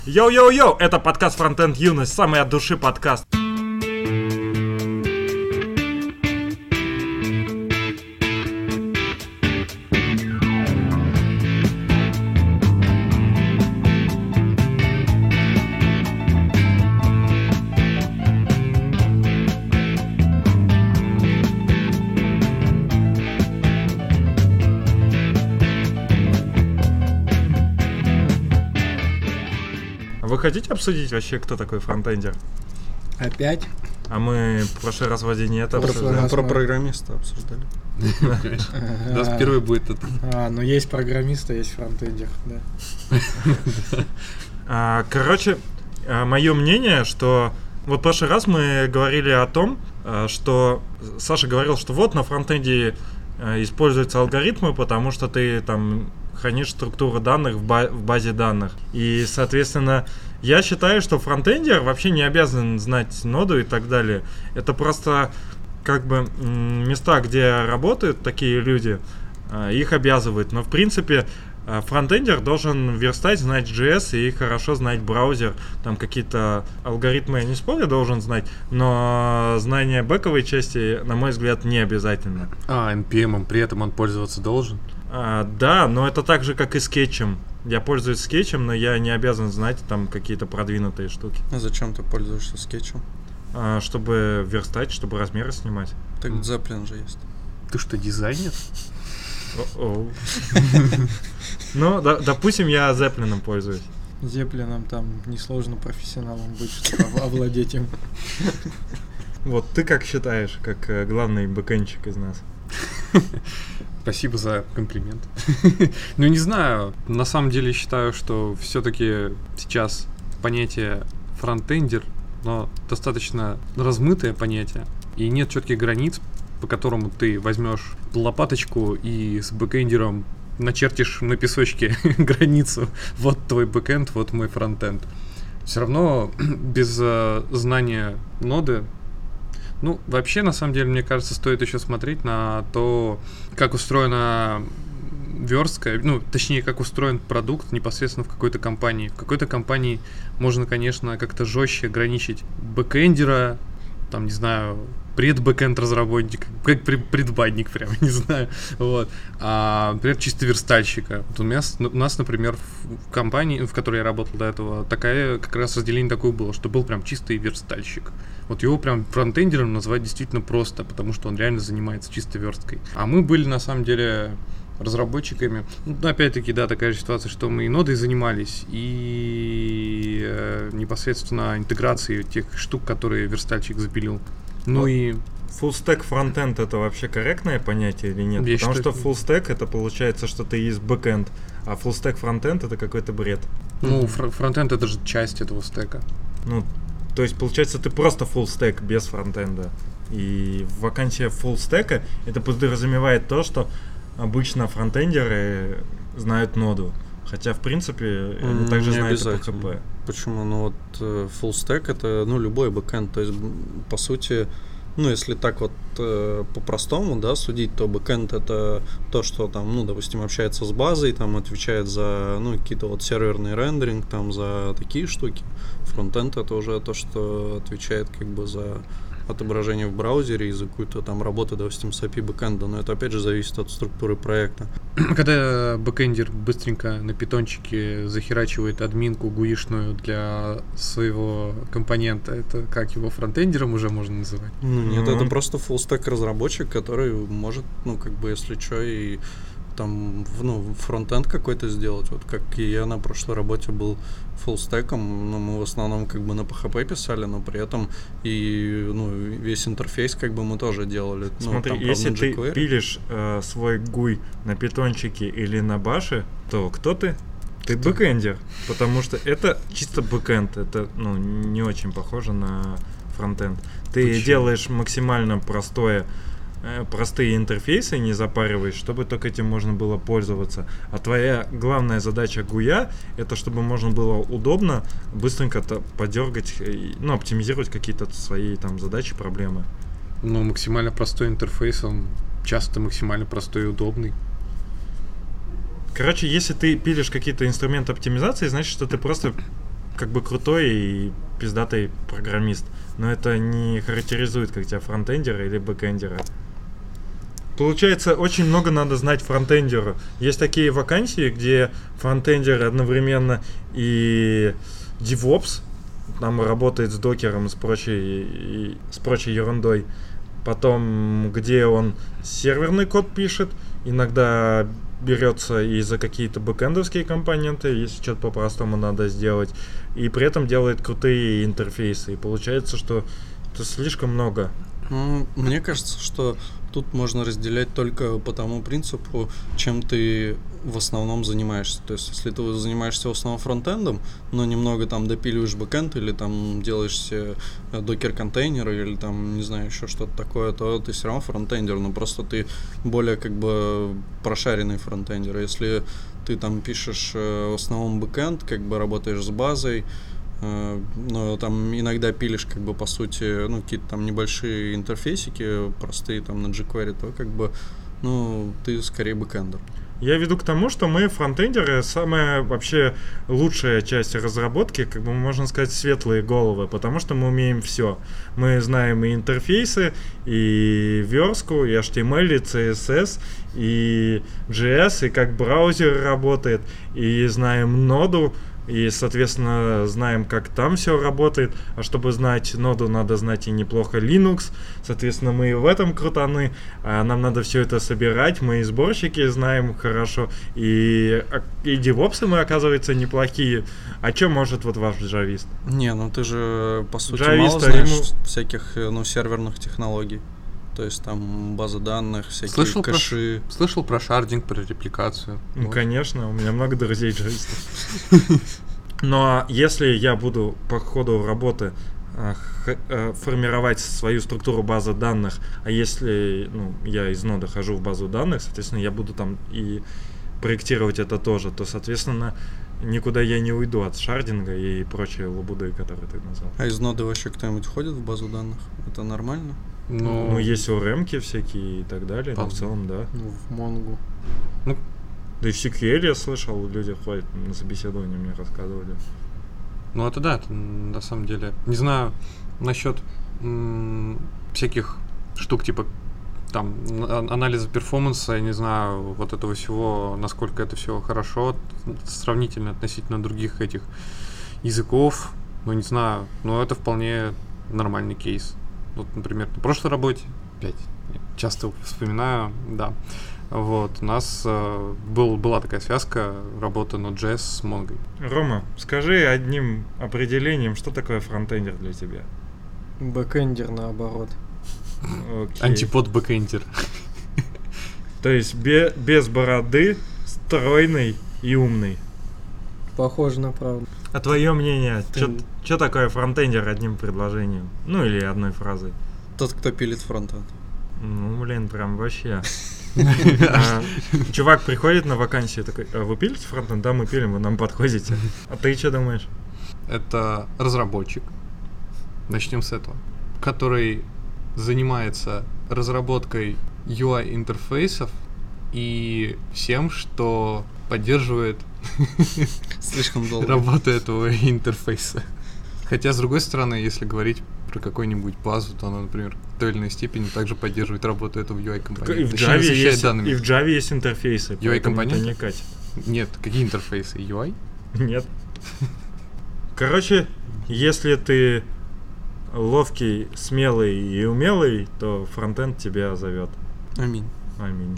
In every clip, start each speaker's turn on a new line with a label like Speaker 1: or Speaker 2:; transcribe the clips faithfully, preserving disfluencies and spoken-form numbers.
Speaker 1: Йоу-йоу-йоу, это подкаст Фронтенд Юность, самый от души подкаст. Вы хотите обсудить вообще, кто такой фронтендер?
Speaker 2: Опять?
Speaker 1: А мы в прошлый раз вроде не это
Speaker 3: обсуждали. Про программиста обсуждали.
Speaker 2: Да, впервые будет это. А, ну есть программист, а есть фронтендер,
Speaker 1: да. Короче, мое мнение, что вот в прошлый раз мы говорили о том, что Саша говорил, что вот на фронтенде используются алгоритмы, потому что ты там хранишь структуру данных в, ба- в базе данных. И, соответственно, я считаю, что фронтендер вообще не обязан знать ноду и так далее. Это просто как бы м- места, где работают такие люди, э, их обязывают. Но, в принципе, э, фронтендер должен верстать, знать джей эс и хорошо знать браузер. Там какие-то алгоритмы, я не спорю, должен знать, но знание бэковой части, на мой взгляд, не обязательно.
Speaker 3: А, эн пи эм при этом он пользоваться должен?
Speaker 1: А, да, но это так же, как и скетчем. Я пользуюсь скетчем, но я не обязан знать там какие-то продвинутые штуки.
Speaker 3: А зачем ты пользуешься скетчем?
Speaker 1: А, чтобы верстать, чтобы размеры снимать.
Speaker 3: Так mm. Zeplin же есть.
Speaker 2: Ты что, дизайнер?
Speaker 1: Ну, допустим, я Zeplin пользуюсь.
Speaker 2: Zeplin там несложно профессионалом быть, чтобы овладеть им.
Speaker 1: Вот ты как считаешь, как главный бэкэндчик из нас?
Speaker 3: Спасибо за комплимент. Ну, не знаю. На самом деле считаю, что все-таки сейчас понятие фронтендер, но достаточно размытое понятие. И нет четких границ, по которому ты возьмешь лопаточку и с бэкэндером начертишь на песочке границу. Вот твой бэкэнд, вот мой фронтенд. Все равно без uh, знания ноды. Ну, вообще, на самом деле, мне кажется, стоит еще смотреть на то, как устроена верстка, ну, точнее, как устроен продукт непосредственно в какой-то компании. В какой-то компании можно, конечно, как-то жестче ограничить бэкэндера, там, не знаю, предбэкэнд разработчик, как предбанник прям, не знаю, вот, а, например, чисто верстальщика. Вот у, меня, у нас, например, в компании, в которой я работал до этого, такая, как раз разделение такое было, что был прям чистый верстальщик. Вот его прям фронтендером назвать действительно просто, потому что он реально занимается чисто версткой. А мы были, на самом деле, разработчиками. Ну, опять-таки, да, такая же ситуация, что мы и нодой занимались, и э, непосредственно интеграцией тех штук, которые верстальщик запилил. Ну вот. И...
Speaker 1: Full stack фронтенд — это вообще корректное понятие или нет? Я Потому считаю, что full stack — это получается, что ты есть бэкенд, а full stack фронтенд — это какой-то бред.
Speaker 3: Ну, фр- фронтенд — это же часть этого стека.
Speaker 1: Ну, то есть, получается, ты просто full stack без фронтенда. И вакансия full stack — это подразумевает то, что обычно фронтендеры знают ноду. Хотя, в принципе, они также знают и пи эйч пи.
Speaker 3: Почему? Ну вот full stack — это, ну, любой бэкэнд. То есть, по сути, ну, если так вот э, по-простому, да, судить, то бэкэнд — это то, что там, ну, допустим, общается с базой, там, отвечает за, ну, какие-то вот серверный рендеринг, там, за такие штуки. Фронтенд — это уже то, что отвечает как бы за отображение в браузере и за какую-то там работу, допустим, с эй пи ай бэкэнда, но это опять же зависит от структуры проекта.
Speaker 2: Когда бэкэндер быстренько на питончике захерачивает админку гуишную для своего компонента, это как его фронтендером уже можно называть?
Speaker 3: Ну, нет, mm-hmm. это просто фуллстек разработчик, который может, ну, как бы, если что, и там, ну, фронтенд какой-то сделать. Вот как и я на прошлой работе был фуллстеком, но мы в основном как бы на пи эйч пи писали, но при этом и, ну, весь интерфейс как бы мы тоже делали.
Speaker 1: Смотри,
Speaker 3: ну, там,
Speaker 1: если ты
Speaker 3: jQuery.
Speaker 1: пилишь э, свой гуй на питончике или на баше, то кто ты? Ты кто? Бэкэндер, потому что это чисто бэкэнд, это, ну, не очень похоже на фронтенд. Ты Почему? делаешь максимально простое простые интерфейсы, не запариваясь, чтобы только этим можно было пользоваться. А твоя главная задача гуя — это чтобы можно было удобно, быстренько подергать, ну, оптимизировать какие-то свои там задачи, проблемы.
Speaker 3: Ну, максимально простой интерфейс, он часто максимально простой и удобный.
Speaker 1: Короче, если ты пилишь какие-то инструменты оптимизации, значит, что ты просто как бы крутой и пиздатый программист. Но это не характеризует как тебя фронтендера или бэкендера. Получается, очень много надо знать фронтендеру. Есть такие вакансии, где фронтендер одновременно и DevOps, там работает с докером, с прочей, и, с прочей ерундой. Потом, где он серверный код пишет, иногда берется и за какие-то бэкэндовские компоненты, если что-то по-простому надо сделать, и при этом делает крутые интерфейсы. И получается, что это слишком много.
Speaker 4: Ну, мне кажется, что тут можно разделять только по тому принципу, чем ты в основном занимаешься. То есть, если ты занимаешься в основном фронтендом, но немного там допиливаешь бэкэнд или там делаешь себе докер-контейнеры или там, не знаю, еще что-то такое, то ты все равно фронтендер, но просто ты более как бы прошаренный фронтендер. Если ты там пишешь в основном бэкэнд, как бы работаешь с базой, но там иногда пилишь, как бы, по сути, ну, какие-то там небольшие интерфейсики, простые там на jQuery, то, как бы, ну, ты скорее бэкэндер.
Speaker 1: Я веду к тому, что мы, фронтендеры, самая вообще лучшая часть разработки, как бы можно сказать, светлые головы, потому что мы умеем все. Мы знаем и интерфейсы, и верстку, и эйч ти эм эль, и си эс эс, и джей эс, и как браузер работает, и знаем ноду, и, соответственно, знаем, как там все работает. А чтобы знать ноду, надо знать и неплохо Linux. Соответственно, мы и в этом крутаны. А нам надо все это собирать. Мы и сборщики знаем хорошо. И, и девопсы мы, оказывается, неплохие. А что может вот ваш джавист?
Speaker 4: Не, ну ты же, по сути,
Speaker 1: Джависта
Speaker 4: мало знаешь
Speaker 1: ему...
Speaker 4: всяких, ну, серверных технологий. То есть там база данных, всякие
Speaker 2: слышал
Speaker 4: кэши.
Speaker 2: Про, слышал про шардинг, про репликацию.
Speaker 1: Ну,
Speaker 2: вот.
Speaker 1: Конечно, у меня много друзей джавистов. Но если я буду по ходу работы э, х, э, формировать свою структуру базы данных, а если ну, я из нода хожу в базу данных, соответственно, я буду там и проектировать это тоже, то, соответственно, никуда я не уйду от шардинга и прочие лабуды, которые ты назвал.
Speaker 4: А из ноды вообще кто-нибудь входит в базу данных? Это нормально?
Speaker 2: Ну,
Speaker 1: ну есть о эр эм-ки всякие и так далее, но в целом, да.
Speaker 4: Ну, в Монгу.
Speaker 2: Ну,
Speaker 1: да и в эс ку эль я слышал, люди ходят на собеседование, мне рассказывали.
Speaker 2: Ну это да, это на самом деле. Не знаю насчет м- всяких штук типа там анализа перформанса, я не знаю, вот этого всего, насколько это все хорошо, сравнительно относительно других этих языков, ну не знаю, но это вполне нормальный кейс. Вот, например, на прошлой работе, опять, часто вспоминаю, да, вот, у нас э, был, была такая связка, работа Node.js с Mongo.
Speaker 1: Рома, скажи одним определением, что такое фронтендер для тебя?
Speaker 5: Бэкэндер, наоборот.
Speaker 1: Окей.
Speaker 2: Антипод бэкэндер.
Speaker 1: То есть бе- без бороды, стройный и умный.
Speaker 5: Похоже на правду.
Speaker 1: А твое мнение,
Speaker 5: Ты-
Speaker 1: что такое фронтендер одним предложением? Ну или одной фразой?
Speaker 4: Тот, кто пилит фронтенд.
Speaker 1: Ну, блин, прям вообще. А, чувак приходит на вакансию такой: «А вы пилите фронтенд? Да, мы пилим, вы нам подходите. А ты что думаешь?
Speaker 2: Это разработчик, начнем с этого, который занимается разработкой ю ай-интерфейсов и всем, что поддерживает
Speaker 4: Слишком долго.
Speaker 2: работу этого интерфейса. Хотя, с другой стороны, если говорить про какую-нибудь базу, то она, например, в той или иной степени также поддерживает работу этого ю
Speaker 1: И
Speaker 2: ай-компонента.
Speaker 1: в Java есть,
Speaker 2: данными.
Speaker 1: и в Java есть интерфейсы.
Speaker 2: ю ай
Speaker 1: поэтому это
Speaker 2: компоненты?
Speaker 1: не катит.
Speaker 2: Нет, какие интерфейсы? ю ай?
Speaker 1: Нет. Короче, если ты ловкий, смелый и умелый, то фронтенд тебя зовет.
Speaker 4: Аминь.
Speaker 1: Аминь.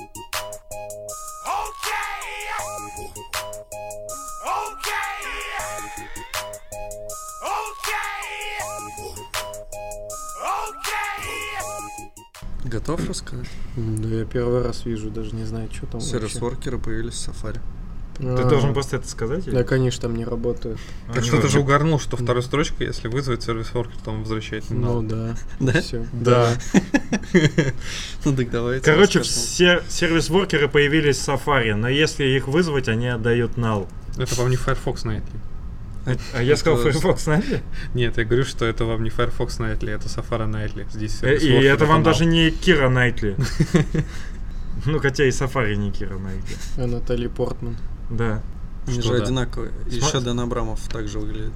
Speaker 4: Готов рассказать?
Speaker 5: Да я первый раз вижу, даже не знаю, что там вообще.
Speaker 4: Сервис-воркеры появились в Safari.
Speaker 1: Ты
Speaker 5: А,
Speaker 1: должен просто это сказать? или?
Speaker 5: Да, конечно, там не работает.
Speaker 1: А,
Speaker 3: Так
Speaker 1: не
Speaker 3: что ты
Speaker 1: важно.
Speaker 3: же угорнул, что второй строчкой, если вызвать сервис-воркер, то он возвращает
Speaker 5: Ну
Speaker 3: null.
Speaker 5: да.
Speaker 4: Да?
Speaker 5: Все.
Speaker 1: Да.
Speaker 4: Ну так давайте.
Speaker 1: Короче,
Speaker 4: расскажем.
Speaker 1: все сервис-воркеры появились в Safari, но если их вызвать, они отдают null.
Speaker 3: Это вам не Firefox Nightly.
Speaker 1: А, а я сказал
Speaker 4: Это-
Speaker 1: Firefox, знаете?
Speaker 3: Нет, я говорю, что это вам не Firefox Nightly, это Safari Nightly. Здесь
Speaker 1: Э, И
Speaker 3: сервис-воркер
Speaker 1: это вам
Speaker 3: null.
Speaker 1: даже не Кира Найтли. Ну, хотя и Safari не Кира Найтли.
Speaker 5: А Натали Портман.
Speaker 1: Да.
Speaker 4: Они
Speaker 2: Что,
Speaker 4: же
Speaker 2: да?
Speaker 4: одинаковые. Еще Дэн Абрамов также выглядит.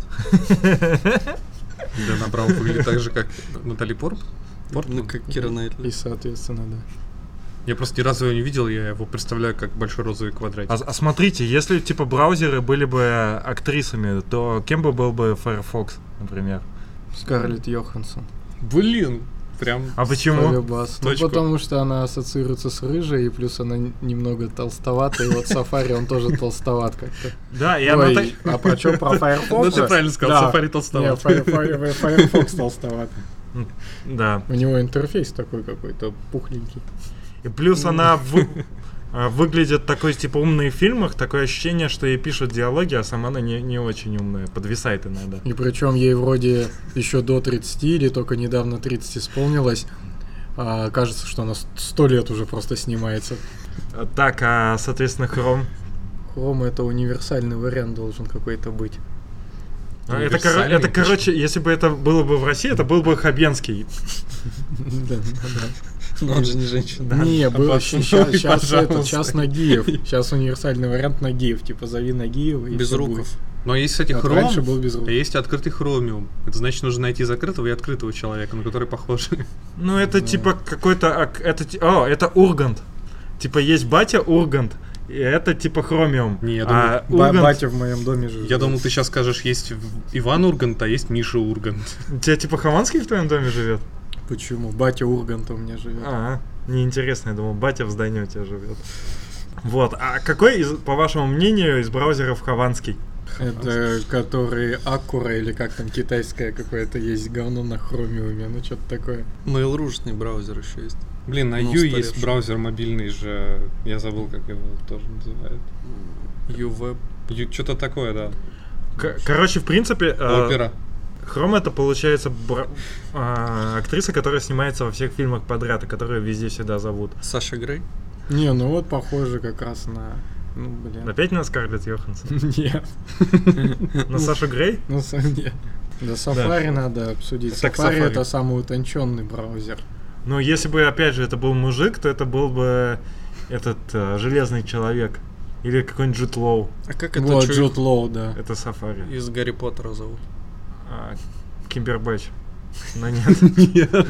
Speaker 2: Дэн Абрамов выглядит так же, как Натали Порт.
Speaker 4: Ну, как Кира Найтли.
Speaker 5: И, соответственно, да.
Speaker 2: Я просто ни разу его не видел, я его представляю как большой розовый квадратик.
Speaker 1: А, а смотрите, если типа браузеры были бы актрисами, то кем бы был бы Firefox, например?
Speaker 5: Скарлетт Йоханссон.
Speaker 2: Блин, прям...
Speaker 1: А почему?
Speaker 5: Полюбас. Ну,
Speaker 2: Точку.
Speaker 5: потому что она ассоциируется с рыжей, и плюс она немного толстовата, и вот Safari он тоже толстоват как-то.
Speaker 1: Да, и она так...
Speaker 5: Ой, а про что, про Firefox?
Speaker 2: Ну ты правильно сказал,
Speaker 5: Да.
Speaker 2: Safari толстоват.
Speaker 5: Нет, Fire- Fire- Firefox толстоват.
Speaker 1: Да.
Speaker 5: У него интерфейс такой какой-то пухленький.
Speaker 1: И плюс она вы- а, выглядит такой, типа, умной в фильмах, такое ощущение, что ей пишут диалоги, а сама она не, не очень умная, подвисает иногда.
Speaker 5: И причем ей вроде еще до тридцати, или только недавно тридцать исполнилось. А кажется, что она сто лет уже просто снимается.
Speaker 1: А, Так, а, соответственно, Chrome.
Speaker 5: Chrome это универсальный вариант должен какой-то быть.
Speaker 1: А, Это, коро-
Speaker 2: Универсальный,
Speaker 1: это,
Speaker 2: ты
Speaker 1: короче, если бы это было бы в России, это был бы Хабенский.
Speaker 5: Да, да.
Speaker 4: Но он же не женщина.
Speaker 5: Не, был
Speaker 2: пацаны,
Speaker 5: сейчас
Speaker 2: пожалуйста.
Speaker 5: сейчас Нагиев. Сейчас универсальный вариант Нагиев. Типа зови Нагиева и
Speaker 4: Без
Speaker 5: всё
Speaker 4: руков.
Speaker 5: будет.
Speaker 2: Но есть, кстати,
Speaker 5: Вот раньше
Speaker 2: Chrome,
Speaker 5: был без рук.
Speaker 2: а есть открытый Chromium. Это значит, нужно найти закрытого и открытого человека, на который похож.
Speaker 1: Ну, это
Speaker 5: Да.
Speaker 1: типа какой-то... ак- Это, ти- о, это Ургант. Типа есть батя Ургант, и это типа Хромиум.
Speaker 2: Не, я
Speaker 1: а
Speaker 5: Ба-
Speaker 1: Ургант...
Speaker 5: Батя в моем доме живет.
Speaker 2: Я думал, ты сейчас скажешь, есть в- Иван Ургант, а есть Миша Ургант.
Speaker 1: У тебя типа Хованский в твоем доме живет?
Speaker 5: Почему? Батя Урганта у меня живет.
Speaker 1: А, неинтересно, я думал, батя в здании у тебя живет. Вот, а какой, из, по вашему мнению, из браузеров Хованский?
Speaker 5: Это который Акура или как там китайское какое-то есть говно на хромиуме, ну что-то такое.
Speaker 4: Mail.ru ж не браузер еще есть.
Speaker 2: Блин, на
Speaker 4: Ну,
Speaker 2: Ю есть
Speaker 4: устаревший.
Speaker 2: браузер мобильный же, я забыл, как его тоже называют.
Speaker 4: Uweb.
Speaker 2: Ю- Что-то такое, да.
Speaker 1: К- короче, в принципе, э,
Speaker 2: Опера.
Speaker 1: Хром это получается бра- а, актриса, которая снимается во всех фильмах подряд, и которую везде всегда зовут.
Speaker 4: Саша Грей.
Speaker 5: Не, ну вот похоже как раз на... Ну, блин.
Speaker 1: Опять на Скарлетт Йоханссон?
Speaker 5: Нет.
Speaker 1: На Сашу Грей?
Speaker 5: Ну, сам нет. Да, Safari надо обсудить.
Speaker 1: Так,
Speaker 5: Safari
Speaker 1: Safari.
Speaker 5: это самый утонченный браузер.
Speaker 1: Ну, если бы, опять же, это был мужик, то это был бы этот э, Железный Человек. Или какой-нибудь Джуд Лоу.
Speaker 4: А как это
Speaker 5: Вот,
Speaker 4: чё
Speaker 5: Джуд Лоу, да.
Speaker 1: Это Safari.
Speaker 4: из Гарри Поттера зовут?
Speaker 1: А, Кимбербэтч. Но нет.
Speaker 2: Нет.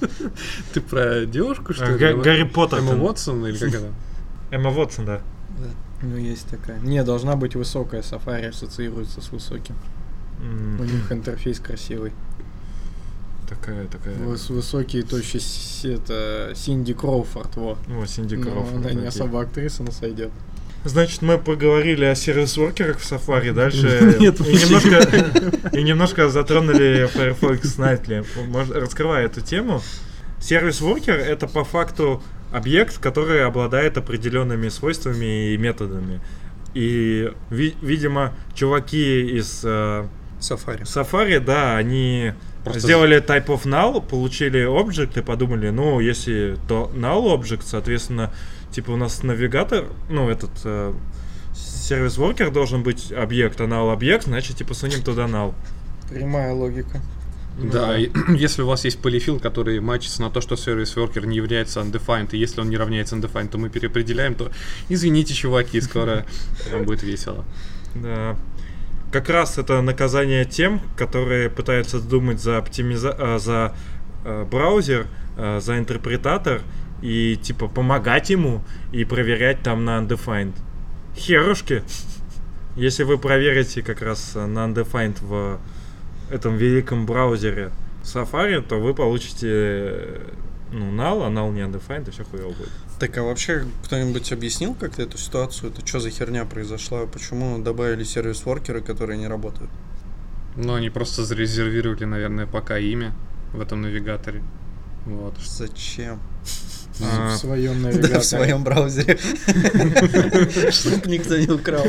Speaker 2: Ты про девушку, что
Speaker 1: А,
Speaker 2: ли?
Speaker 1: Га-
Speaker 2: Эмма-
Speaker 1: Гарри Поттер.
Speaker 2: Эмма
Speaker 1: там.
Speaker 2: Уотсон или как это?
Speaker 1: Эмма Уотсон, да.
Speaker 5: Ну, есть такая. Не, должна быть высокая. Safari ассоциируется с высоким.
Speaker 1: М,
Speaker 5: У них интерфейс красивый.
Speaker 1: Такая, такая.
Speaker 5: Выс- Высокий, то еще с- это Синди Кроуфорд, вот.
Speaker 1: О, Синди
Speaker 5: Ну,
Speaker 1: Кроуфорд,
Speaker 5: она не
Speaker 1: окей.
Speaker 5: особо актриса, но сойдет.
Speaker 1: Значит, мы поговорили о сервис-воркерах в Safari, дальше
Speaker 2: Нет,
Speaker 1: и немножко, и немножко затронули Firefox Nightly. Может, раскрывая эту тему, сервис-воркер — это по факту объект, который обладает определенными свойствами и методами. И, ви- видимо, чуваки из э,
Speaker 4: Safari.
Speaker 1: Safari, да, они
Speaker 2: Просто
Speaker 1: сделали type of null, получили object и подумали, ну, если то null object, соответственно, типа у нас навигатор, ну, этот э, сервис-воркер должен быть объект, а null объект, значит, типа, сунем туда null.
Speaker 5: Прямая логика.
Speaker 2: Да, и если у вас есть полифил, который матчится на то, что сервис-воркер не является undefined, и если он не равняется undefined, то мы переопределяем, то извините, чуваки, скоро вам будет весело.
Speaker 1: Да. Как раз это наказание тем, которые пытаются думать за оптимиза... а, за э, браузер, э, за интерпретатор и типа помогать ему и проверять там на undefined. Херушки. Если вы проверите как раз на undefined в этом великом браузере Safari, то вы получите э, ну, null, а null не undefined, и все хуево будет.
Speaker 4: Так, а вообще кто-нибудь объяснил как-то эту ситуацию? Это что за херня произошла? Почему добавили сервис-воркеры, которые не работают?
Speaker 2: Но они просто зарезервировали, наверное, пока имя в этом навигаторе. Вот.
Speaker 4: Зачем?
Speaker 1: А,
Speaker 5: В своем
Speaker 4: Да,
Speaker 5: навигаторе.
Speaker 4: в своем браузере. Чтоб никто не украл.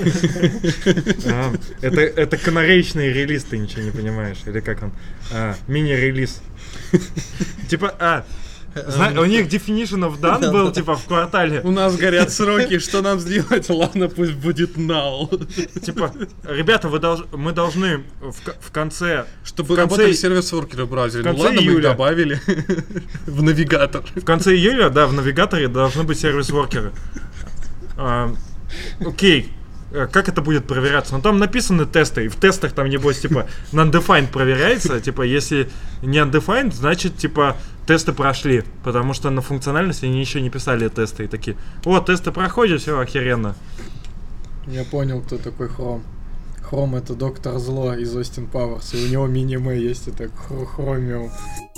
Speaker 1: А, это, это канареечный релиз, ты ничего не понимаешь. Или как он? А, мини-релиз. Типа, а, зна- у них definition of done
Speaker 4: Да,
Speaker 1: был,
Speaker 4: да.
Speaker 1: типа, в квартале.
Speaker 2: У нас горят сроки, что нам сделать? Ладно, пусть будет null.
Speaker 1: Типа, ребята, вы долж- мы должны в, к- в конце...
Speaker 2: Чтобы
Speaker 1: в конце-
Speaker 2: работали сервис-воркеры в браузере.
Speaker 1: в
Speaker 2: Ну
Speaker 1: конце
Speaker 2: ладно, мы их
Speaker 1: июля.
Speaker 2: добавили в навигатор.
Speaker 1: В конце июля, да, в навигаторе должны быть сервис-воркеры. А, окей. как это будет проверяться? Ну, там написаны тесты, и в тестах там, небось, типа, non-defined проверяется, типа, если не undefined, значит, типа, тесты прошли, потому что на функциональности они еще не писали тесты, и такие, о, тесты проходят, все охеренно.
Speaker 5: Я понял, кто такой Хром. Хром — это доктор Зло из Austin Powers, и у него мини-мэ есть, это Хромиум.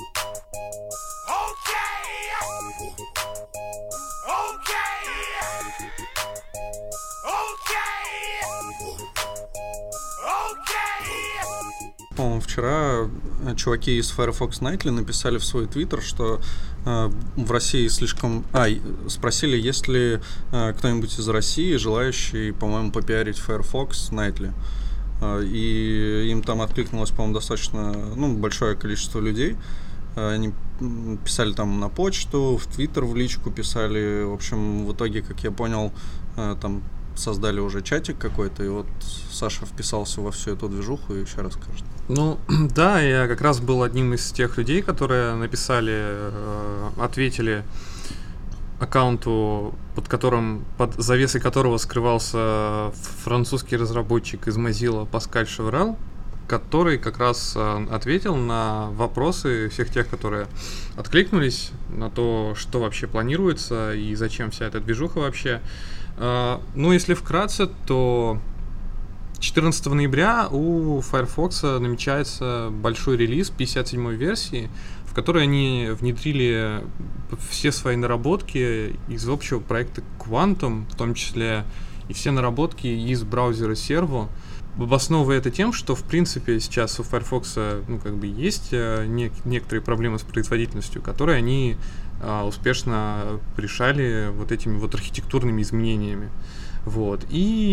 Speaker 4: По-моему, вчера чуваки из Firefox Nightly написали в свой твиттер, что э, в России слишком... А, спросили, есть ли э, кто-нибудь из России, желающий, по-моему, попиарить Firefox Nightly. Э, и им там откликнулось, по-моему, достаточно ну, большое количество людей. Э, они писали там на почту, в твиттер, в личку писали. В общем, в итоге, как я понял, э, там создали уже чатик какой-то, и вот Саша вписался во всю эту движуху и еще расскажет.
Speaker 2: Ну, да, я как раз был одним из тех людей, которые написали, э, ответили аккаунту, под которым, под завесой которого скрывался французский разработчик из Mozilla Паскаль Шеврел, который как раз э, ответил на вопросы всех тех, которые откликнулись на то, что вообще планируется и зачем вся эта движуха вообще. Uh, ну, если вкратце, то четырнадцатого ноября у Firefox намечается большой релиз пятьдесят седьмой версии, в которой они внедрили все свои наработки из общего проекта Quantum, в том числе и все наработки из браузера Servo. Обосновывая это тем, что, в принципе, сейчас у Firefox ну, как бы есть не- некоторые проблемы с производительностью, которые они а, успешно решали вот этими вот архитектурными изменениями. Вот.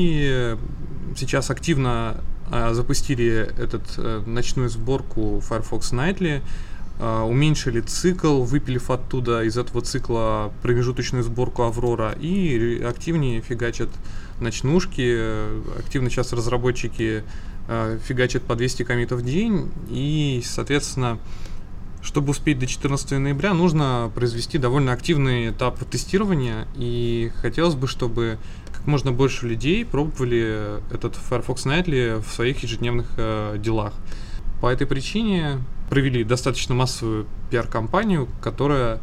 Speaker 2: И сейчас активно а, запустили этот а, ночную сборку Firefox Nightly, а, уменьшили цикл, выпилив оттуда из этого цикла промежуточную сборку Аврора и активнее фигачат ночнушки. Активно сейчас разработчики э, фигачат по двести коммитов в день, и, соответственно, чтобы успеть до четырнадцатого ноября, нужно произвести довольно активный этап тестирования, и хотелось бы, чтобы как можно больше людей пробовали этот Firefox Nightly в своих ежедневных э, делах. По этой причине провели достаточно массовую пиар-кампанию, которая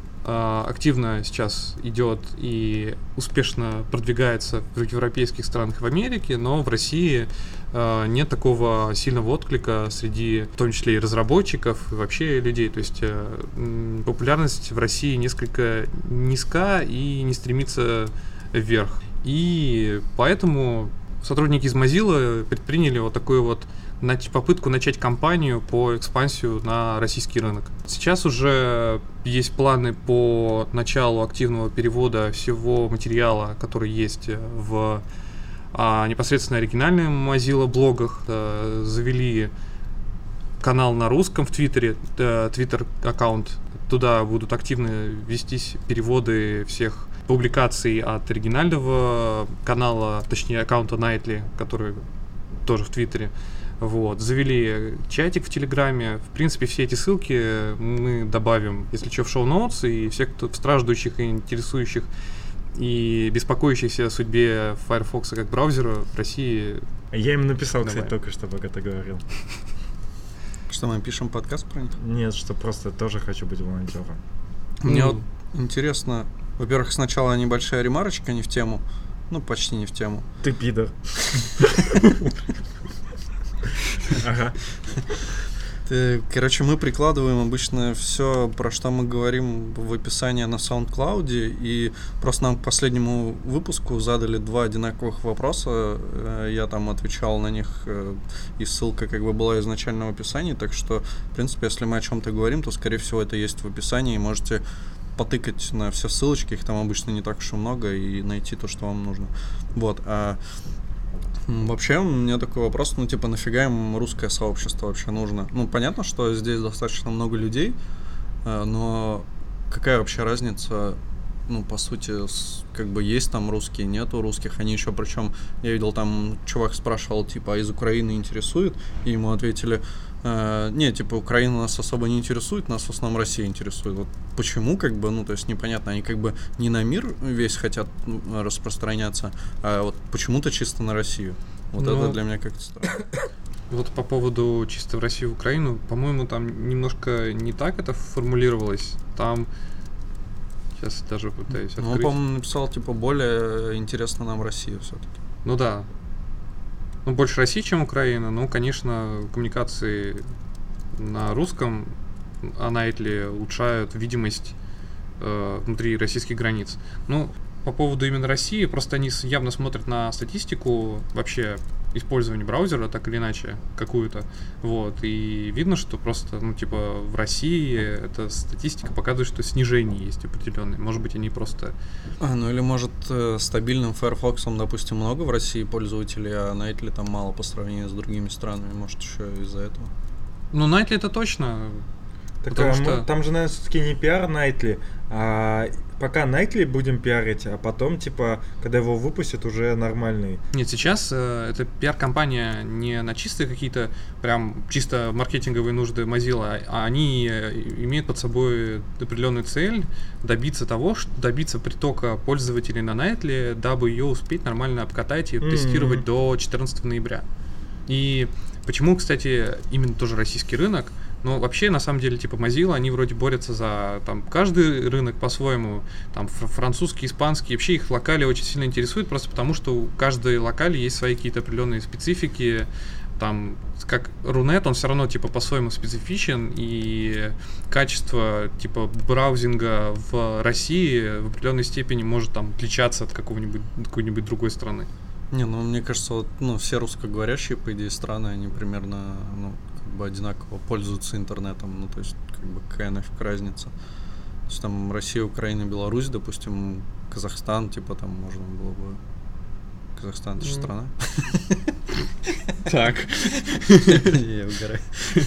Speaker 2: активно сейчас идет и успешно продвигается в европейских странах и в Америке, но в России э, нет такого сильного отклика среди, в том числе и разработчиков, и вообще людей. То есть э, популярность в России несколько низка и не стремится вверх. И поэтому сотрудники из Mozilla предприняли вот такую вот попытку начать кампанию по экспансию на российский рынок. Сейчас уже есть планы по началу активного перевода всего материала, который есть в а, непосредственно оригинальном Mozilla блогах. А, завели канал на русском в Твиттере, Твиттер аккаунт. Туда будут активно вестись переводы всех публикаций от оригинального канала, точнее аккаунта Nightly, который тоже в Твиттере. Вот. Завели чатик в Телеграме. В принципе, все эти ссылки мы добавим, если что, в шоу-ноутс. И всех, кто страждущих и интересующих и беспокоящихся о судьбе Firefox как браузера в России.
Speaker 1: Я им написал,
Speaker 2: Давай.
Speaker 1: кстати, только что, пока ты говорил.
Speaker 4: Что, мы пишем подкаст про них?
Speaker 1: Нет, что просто тоже хочу быть волонтером.
Speaker 4: Мне
Speaker 2: Mm.
Speaker 4: вот интересно, во-первых, сначала небольшая ремарочка, не в тему. Ну, почти не в тему.
Speaker 1: Ты пидор. Ага.
Speaker 4: Ты, короче, мы прикладываем обычно все, про что мы говорим, в описании на SoundCloud, и просто нам к последнему выпуску задали два одинаковых вопроса, я там отвечал на них, и ссылка как бы была изначально в описании, так что, в принципе, если мы о чем-то говорим, то, скорее всего, это есть в описании, и можете потыкать на все ссылочки, их там обычно не так уж и много, и найти то, что вам нужно. Вот, а вообще, у меня такой вопрос, ну, типа, нафига им русское сообщество вообще нужно? Ну, понятно, что здесь достаточно много людей, но какая вообще разница, ну, по сути, с, как бы есть там русские, нету русских. Они еще, причем, я видел, там чувак спрашивал, типа, а из Украины интересует? И ему ответили, э, не, типа, Украина нас особо не интересует, нас в основном Россия интересует. Вот почему, как бы, ну, то есть непонятно, они как бы не на мир весь хотят ну, распространяться, а вот почему-то чисто на Россию. Вот
Speaker 2: ну,
Speaker 4: это для меня как-то странно.
Speaker 2: Вот по поводу чисто в Россию, Украину, по-моему, там немножко не так это формулировалось. Там сейчас даже пытаюсь открыть.
Speaker 4: Ну, он, по-моему, написал, типа, более интересно нам Россия все-таки.
Speaker 2: Ну да. Ну, больше России, чем Украина. Ну, конечно, коммуникации на русском, а Nightly улучшают видимость э, внутри российских границ. Ну, по поводу именно России, просто они явно смотрят на статистику вообще использования браузера, так или иначе, какую-то. Вот. И видно, что просто, ну, типа, в России эта статистика показывает, что снижение есть определенное. Может быть, они просто...
Speaker 4: А, ну или, может, э, стабильным Firefox, допустим, много в России пользователей, а Nightly там мало по сравнению с другими странами. Может, еще из-за этого.
Speaker 2: Ну, Nightly это точно.
Speaker 1: Так,
Speaker 2: потому
Speaker 1: а
Speaker 2: что...
Speaker 1: мы, там же, наверное, все-таки не пиар Nightly, а пока Nightly будем пиарить, а потом, типа, когда его выпустят, уже нормальный.
Speaker 2: Нет, сейчас э, это пиар-компания не на чистые какие-то прям чисто маркетинговые нужды Mozilla, а они имеют под собой определенную цель добиться того, что добиться притока пользователей на Nightly, дабы ее успеть нормально обкатать и mm-hmm. тестировать до четырнадцатого ноября. И почему, кстати, именно тоже российский рынок? Но вообще, на самом деле, типа Mozilla, они вроде борются за там каждый рынок по-своему, там французский, испанский, вообще их локали очень сильно интересуют, просто потому что у каждой локали есть свои какие-то определенные специфики, там, как Рунет, он все равно, типа, по-своему специфичен, и качество, типа, браузинга в России в определенной степени может, там, отличаться от какого-нибудь, какой-нибудь другой страны.
Speaker 4: Не, ну, мне кажется, вот, ну, все русскоговорящие, по идее, страны, они примерно, ну, как бы одинаково пользуются интернетом, ну, то есть, как бы, какая нафиг разница. То есть, там, Россия, Украина, Беларусь, допустим, Казахстан, типа, там, можно было бы... Казахстан, это же страна.
Speaker 2: Так.
Speaker 4: Я угораю.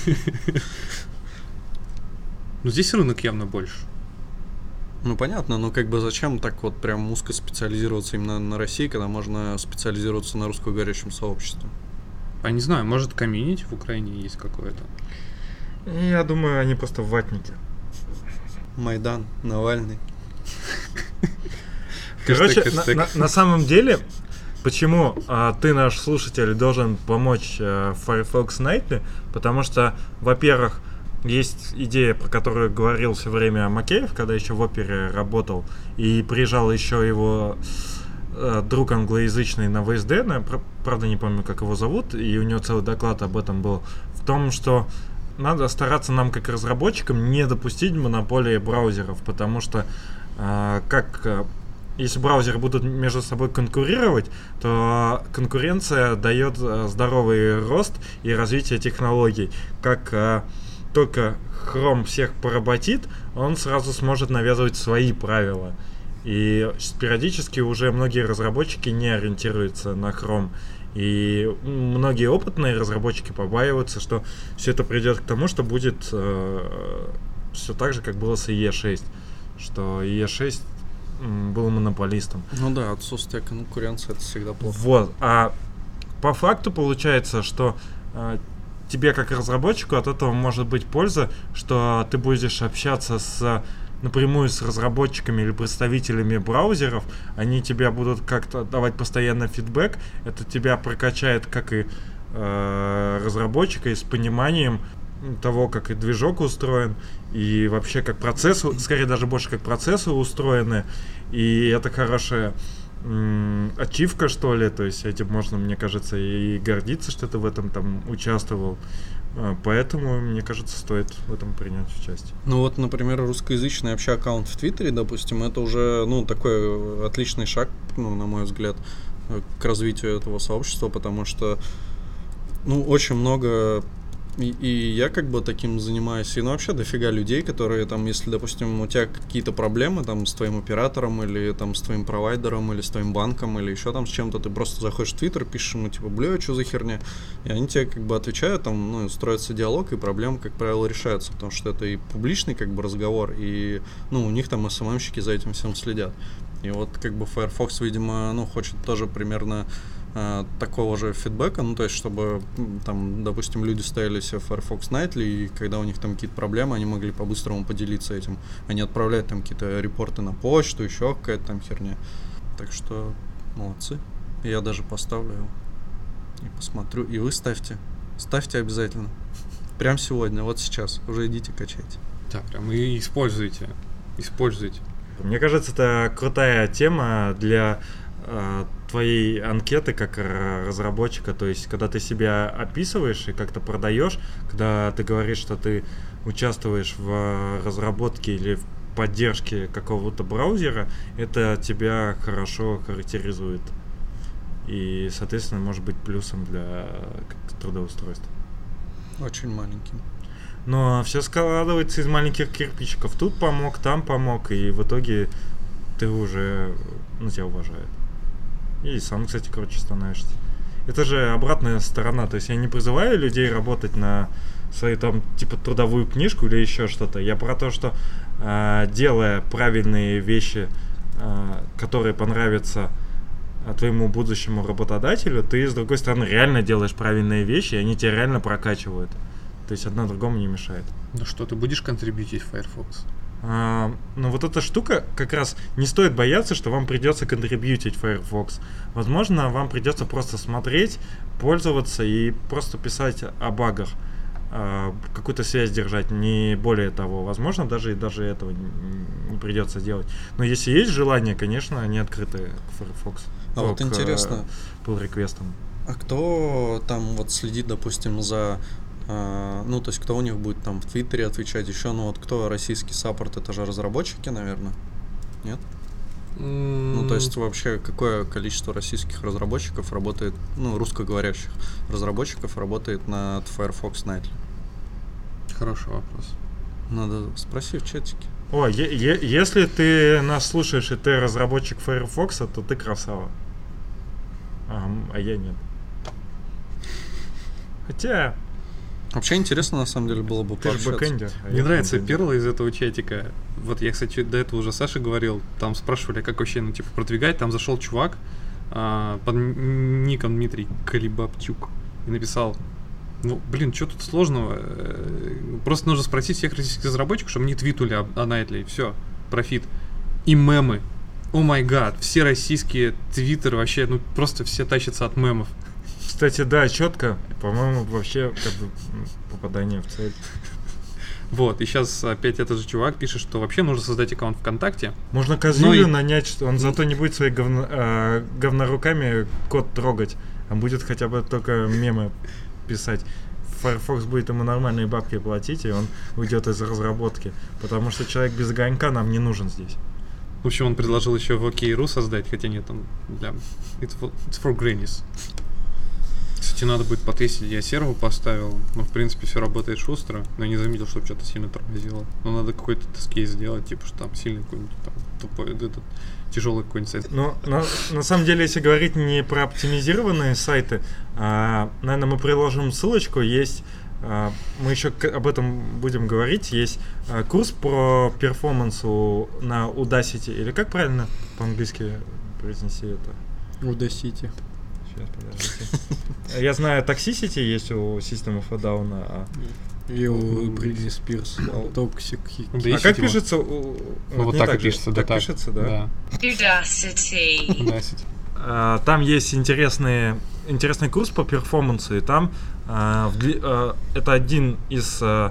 Speaker 2: Ну, здесь рынок явно больше.
Speaker 4: Ну, понятно, но как бы зачем так вот прям узко специализироваться именно на России, когда можно специализироваться на русскоговорящем сообществе?
Speaker 2: А не знаю, может, комьюнити в Украине есть какое-то?
Speaker 1: Я думаю, они просто в ватнике.
Speaker 4: Майдан, Навальный.
Speaker 1: Короче, на, на, на самом деле, почему а, ты, наш слушатель, должен помочь а, Firefox Nightly? Потому что, во-первых, есть идея, про которую говорил все время Макеев, когда еще в Опере работал, и приезжал еще его э, друг англоязычный на ви эс ди, но, правда не помню, как его зовут, и у него целый доклад об этом был, в том, что надо стараться нам, как разработчикам, не допустить монополии браузеров, потому что э, как... Э, если браузеры будут между собой конкурировать, то конкуренция дает э, здоровый рост и развитие технологий, как... Э, только Chrome всех поработит, он сразу сможет навязывать свои правила. И периодически уже многие разработчики не ориентируются на Chrome. И многие опытные разработчики побаиваются, что все это придет к тому, что будет э, все так же, как было с и и шесть. Что и и шесть был монополистом.
Speaker 4: Ну да, отсутствие конкуренции — это всегда плохо.
Speaker 1: Вот. А по факту получается, что э, тебе как разработчику от этого может быть польза, что ты будешь общаться с напрямую с разработчиками или представителями браузеров, они тебе будут как-то давать постоянно фидбэк, это тебя прокачает как и э, разработчика, и с пониманием того, как и движок устроен, и вообще как процессы, скорее даже больше как процессы устроены, и это хорошая ачивка, что ли, то есть этим можно, мне кажется, и гордиться, что ты в этом там участвовал. Поэтому, мне кажется, стоит в этом принять участие.
Speaker 4: Ну вот, например, русскоязычный вообще аккаунт в Твиттере, допустим, это уже, ну, такой отличный шаг, ну, на мой взгляд, к развитию этого сообщества, потому что, ну, очень много И, и я как бы таким занимаюсь. И ну, вообще дофига людей, которые там, если, допустим, у тебя какие-то проблемы там с твоим оператором или там с твоим провайдером или с твоим банком или еще там с чем-то, ты просто заходишь в Твиттер, пишешь ему типа, бля, что за херня? И они тебе как бы отвечают, там, ну, строится диалог, и проблемы, как правило, решаются, потому что это и публичный как бы разговор, и, ну, у них там эс эм эм-щики за этим всем следят. И вот как бы Firefox, видимо, ну, хочет тоже примерно э, такого же фидбэка, ну, то есть, чтобы там, допустим, люди ставили себе Firefox Nightly, и когда у них там какие-то проблемы, они могли по-быстрому поделиться этим, а не отправлять там какие-то репорты на почту, еще какая-то там херня. Так что молодцы. Я даже поставлю его и посмотрю. И вы ставьте. Ставьте обязательно. Прям сегодня, вот сейчас. Уже идите качайте.
Speaker 2: Да, прям и используйте. Используйте.
Speaker 1: Мне кажется, это крутая тема для э, твоей анкеты как разработчика. То есть, когда ты себя описываешь и как-то продаешь, когда ты говоришь, что ты участвуешь в разработке или в поддержке какого-то браузера, это тебя хорошо характеризует. И, соответственно, может быть плюсом для трудоустройства.
Speaker 4: Очень маленьким.
Speaker 1: Но все складывается из маленьких кирпичиков. Тут помог, там помог, и в итоге ты уже, ну, тебя уважают. И сам, кстати, короче, становишься. Это же обратная сторона. То есть я не призываю людей работать на свою там, типа, трудовую книжку или еще что-то. Я про то, что э, делая правильные вещи, э, которые понравятся твоему будущему работодателю, ты, с другой стороны, реально делаешь правильные вещи, и они тебя реально прокачивают. То есть одно другому не мешает.
Speaker 2: Ну что, ты будешь контрибьютить в Firefox?
Speaker 1: А, ну вот эта штука, как раз не стоит бояться, что вам придется контрибьютить Firefox. Возможно, вам придется просто смотреть, пользоваться и просто писать о багах. А, какую-то связь держать, не более того. Возможно, даже и даже этого не, не придется делать. Но если есть желание, конечно, они открыты к Firefox.
Speaker 4: А вот
Speaker 1: к,
Speaker 4: интересно,
Speaker 1: pull-реквестам.
Speaker 4: А кто там вот следит, допустим, за... Uh, ну, то есть, кто у них будет там в Твиттере отвечать еще, ну, вот кто российский саппорт, это же разработчики, наверное? Нет? Mm. Ну, то есть, вообще, какое количество российских разработчиков работает, ну, русскоговорящих разработчиков работает над Firefox Nightly?
Speaker 2: Хороший вопрос.
Speaker 4: Надо спросить в чатике.
Speaker 1: О, е- е- если ты нас слушаешь, и ты разработчик Firefox, то ты красава. А, а я нет. Хотя...
Speaker 4: Вообще интересно, на самом деле, было бы
Speaker 1: Ты же
Speaker 4: пообщаться.
Speaker 1: бэкэндер. А
Speaker 2: Мне
Speaker 1: я
Speaker 2: нравится
Speaker 1: фронтендер.
Speaker 2: перла из этого чатика. Вот я, кстати, до этого уже Саша говорил, там спрашивали, как вообще, ну, типа, продвигать. Там зашел чувак а, под ником Дмитрий Колебабчук и написал: ну, блин, что тут сложного? Просто нужно спросить всех российских разработчиков, чтобы не твитули о, о Nightly. Все, профит. И мемы. О май гад, все российские твиттеры вообще, ну, просто все тащатся от мемов.
Speaker 1: Кстати, да, четко. По-моему, вообще как бы попадание в цель.
Speaker 2: Вот, и сейчас опять этот же чувак пишет, что вообще нужно создать аккаунт ВКонтакте.
Speaker 1: Можно Козюлю
Speaker 2: и...
Speaker 1: нанять, что он зато не будет своими говно, э, говноруками код трогать, а будет хотя бы только мемы писать. Firefox будет ему нормальные бабки платить, и он уйдет из разработки. Потому что человек без огонька нам не нужен здесь.
Speaker 2: В общем, он предложил еще в ОК.ру создать, хотя нет, там для... It's for, it's for grannies. Кстати, надо будет потестить, я серву поставил, но в принципе все работает шустро, но я не заметил, чтобы что-то сильно тормозило. Но надо какой-то тест-кейс сделать, типа, что там сильный какой-нибудь там тупой, этот тяжелый какой-нибудь сайт.
Speaker 1: Ну, на, на самом деле, если говорить не про оптимизированные сайты, а, наверное, мы приложим ссылочку, есть, а, мы еще к, об этом будем говорить, есть а, курс про перформанс у, на Udacity, или как правильно по-английски произнести это?
Speaker 5: Udacity.
Speaker 1: Сейчас, подождите. Я знаю, Toxicity есть у System of a Down. А,
Speaker 5: И у Бритни Спирс. Toxic.
Speaker 2: Да,
Speaker 1: а как пишется? У,
Speaker 2: ну, вот
Speaker 1: не
Speaker 2: так и
Speaker 1: же.
Speaker 2: пишется, да,
Speaker 1: так
Speaker 2: так.
Speaker 1: пишется, да.
Speaker 6: Udacity.
Speaker 2: Udacity.
Speaker 1: А, там есть интересные, интересный курс по перформансу, и там а, в, а, это один из... А,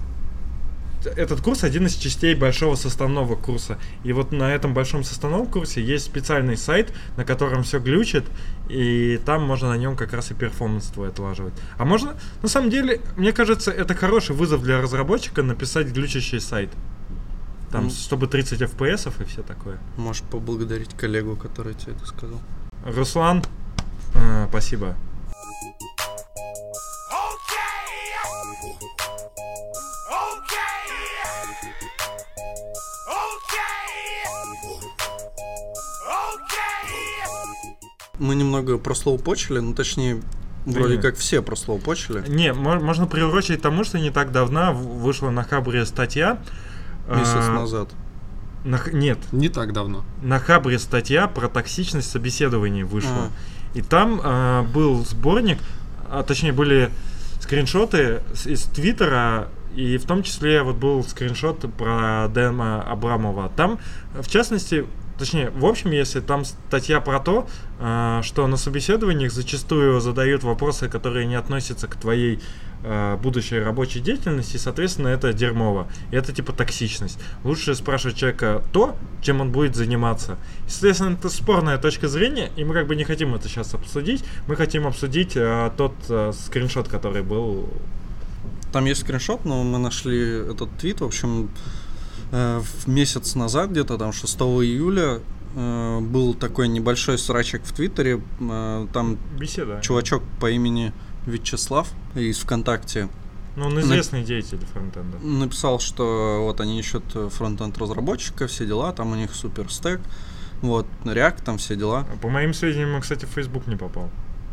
Speaker 1: этот курс один из частей большого составного курса. И вот на этом большом составном курсе есть специальный сайт, на котором все глючит, и там можно на нем как раз и перформанс твой отлаживать. А можно, на самом деле, мне кажется, это хороший вызов для разработчика написать глючащий сайт. Там, mm. чтобы тридцать эф пи эс и все такое.
Speaker 4: Можешь поблагодарить коллегу, который тебе это сказал.
Speaker 1: Руслан, э, спасибо.
Speaker 4: Мы немного прослоупочили, ну точнее, вроде
Speaker 1: не.
Speaker 4: как все прослоупочили.
Speaker 1: Не, мо- можно приурочить тому, что не так давно в- вышла на Хабре статья.
Speaker 4: Месяц
Speaker 1: а,
Speaker 4: назад.
Speaker 1: на х- нет,
Speaker 2: Не так давно.
Speaker 1: на Хабре статья про токсичность собеседований вышла.
Speaker 4: А.
Speaker 1: И там а, был сборник, а точнее были скриншоты с- из Твиттера, и в том числе вот был скриншот про Дэна Абрамова. Там, в частности, точнее, в общем, если там статья про то, а, что на собеседованиях зачастую задают вопросы, которые не относятся к твоей а, будущей рабочей деятельности, и, соответственно, это дерьмово. И это типа токсичность. Лучше спрашивать человека то, чем он будет заниматься. Естественно, это спорная точка зрения, и мы как бы не хотим это сейчас обсудить. Мы хотим обсудить а, тот а, скриншот, который был.
Speaker 4: Там есть скриншот, но мы нашли этот твит. В общем, э, в месяц назад, где-то там шестого июля, э, был такой небольшой срачик в Твиттере. Э, там
Speaker 1: Беседа.
Speaker 4: чувачок по имени Вячеслав из ВКонтакте
Speaker 1: Ну, он известный деятель фронтенда.
Speaker 4: написал, что вот они ищут фронтенд разработчика, все дела, там у них супер стек, вот, React, там все дела.
Speaker 1: По моим сведениям, он, кстати, в Facebook не попал.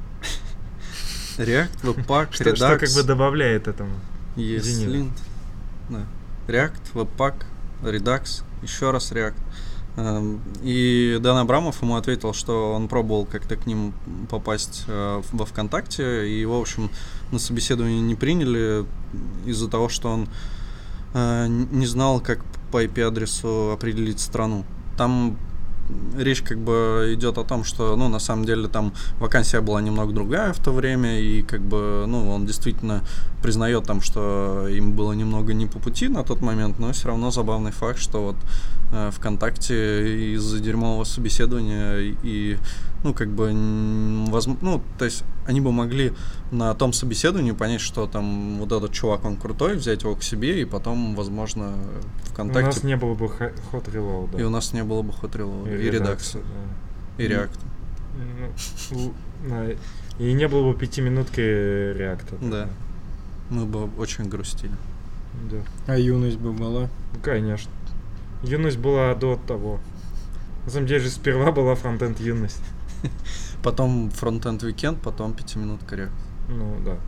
Speaker 4: React, Webpack,
Speaker 1: Что, что как бы
Speaker 4: Redux,
Speaker 1: добавляет этому. Извини.
Speaker 4: ESLint, да. React, Webpack, Redux, еще раз React. Эм, И Дэн Абрамов ему ответил, что он пробовал как-то к ним попасть э, во ВКонтакте, и его, в общем, на собеседование не приняли из-за того, что он э, не знал, как по ай пи-адресу определить страну. Там речь как бы идет о том, что, ну, на самом деле там вакансия была немного другая в то время, и как бы, ну, он действительно признает там, что им было немного не по пути на тот момент, но все равно забавный факт, что вот э, ВКонтакте из-за дерьмового собеседования и, ну, как бы, возможно, ну, то есть они бы могли на том собеседовании понять, что там вот этот чувак, он крутой, взять его к себе, и потом, возможно,
Speaker 1: У
Speaker 4: ВКонтакте...
Speaker 1: нас не было бы ха- hot reload.
Speaker 4: И у нас не было бы Hot Reload, и,
Speaker 1: Redux,
Speaker 4: Redux,
Speaker 1: да.
Speaker 4: и React.
Speaker 1: Ну, л- да, и не было бы пятиминутки реакта.
Speaker 4: Да. Мы бы очень грустили.
Speaker 1: Да.
Speaker 5: А юность бы была.
Speaker 1: Ну, конечно. Юность была до того. На самом деле же сперва была фронтенд юность.
Speaker 4: Потом фронтенд Weekend, потом пятиминутка React.
Speaker 1: Ну да.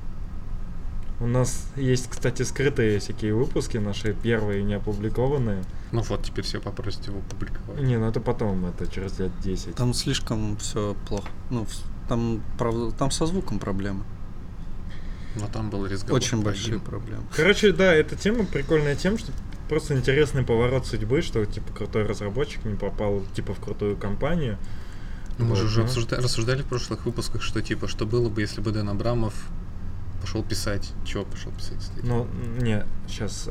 Speaker 1: У нас есть, кстати, скрытые всякие выпуски, наши первые не опубликованные.
Speaker 2: Ну вот, теперь все попросят его публиковать.
Speaker 1: Не, ну это потом, это через лет десять.
Speaker 4: Там слишком все плохо. Ну, в- там, правда, там со звуком проблемы.
Speaker 2: Но там был разговор.
Speaker 4: Очень
Speaker 2: про
Speaker 4: большие
Speaker 2: Vim.
Speaker 4: проблемы.
Speaker 1: Короче, да, эта тема прикольная тем, что просто интересный поворот судьбы, что типа крутой разработчик не попал типа в крутую компанию.
Speaker 2: Ну, мы
Speaker 1: Вот,
Speaker 2: же уже
Speaker 1: да.
Speaker 2: обсужда- рассуждали в прошлых выпусках, что типа, что было бы, если бы Дэн Абрамов пошел писать. Чего пошел писать, кстати?
Speaker 1: Ну, не, сейчас.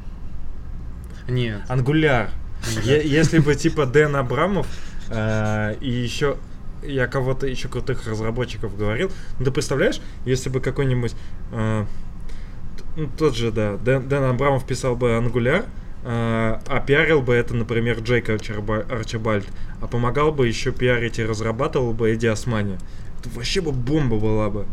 Speaker 2: Нет.
Speaker 1: Ангуляр.
Speaker 2: Angular.
Speaker 1: Е- Если бы типа Дэн Абрамов э, и еще я кого-то еще крутых разработчиков говорил, ну ты представляешь, если бы какой-нибудь э, т- ну, тот же, да, Дэн, Дэн Абрамов писал бы Angular, э, а пиарил бы это, например, Джейк Арчерба- Арчибальд, а помогал бы еще пиарить и разрабатывал бы Эдди Османи. Это вообще бы бомба была бы.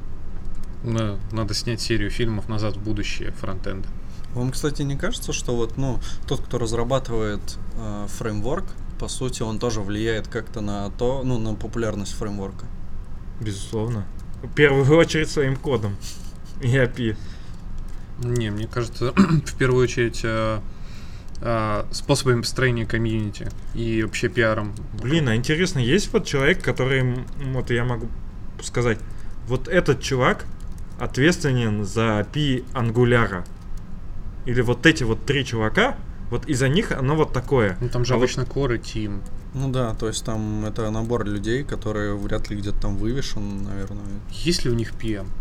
Speaker 2: Да, надо снять серию фильмов «Назад в будущее» фронтенда.
Speaker 4: Вам, кстати, не кажется, что вот, ну, тот, кто разрабатывает э, фреймворк, по сути, он тоже влияет как-то на то, ну, на популярность фреймворка?
Speaker 1: Безусловно. В первую очередь своим кодом и эй пи ай.
Speaker 2: Не, мне кажется, в первую очередь э, э, способами построения комьюнити и вообще пиаром.
Speaker 1: Блин, а интересно, есть вот человек, который, м, вот я могу сказать, вот этот чувак ответственен за эй пи ай Angular. Или вот эти вот три чувака, вот из-за них оно вот такое.
Speaker 2: Ну там же
Speaker 1: А вот-
Speaker 2: обычно core и team.
Speaker 4: Ну да, то есть там это набор людей, которые вряд ли где-то там вывешен, наверное.
Speaker 2: Есть ли у них пи эм?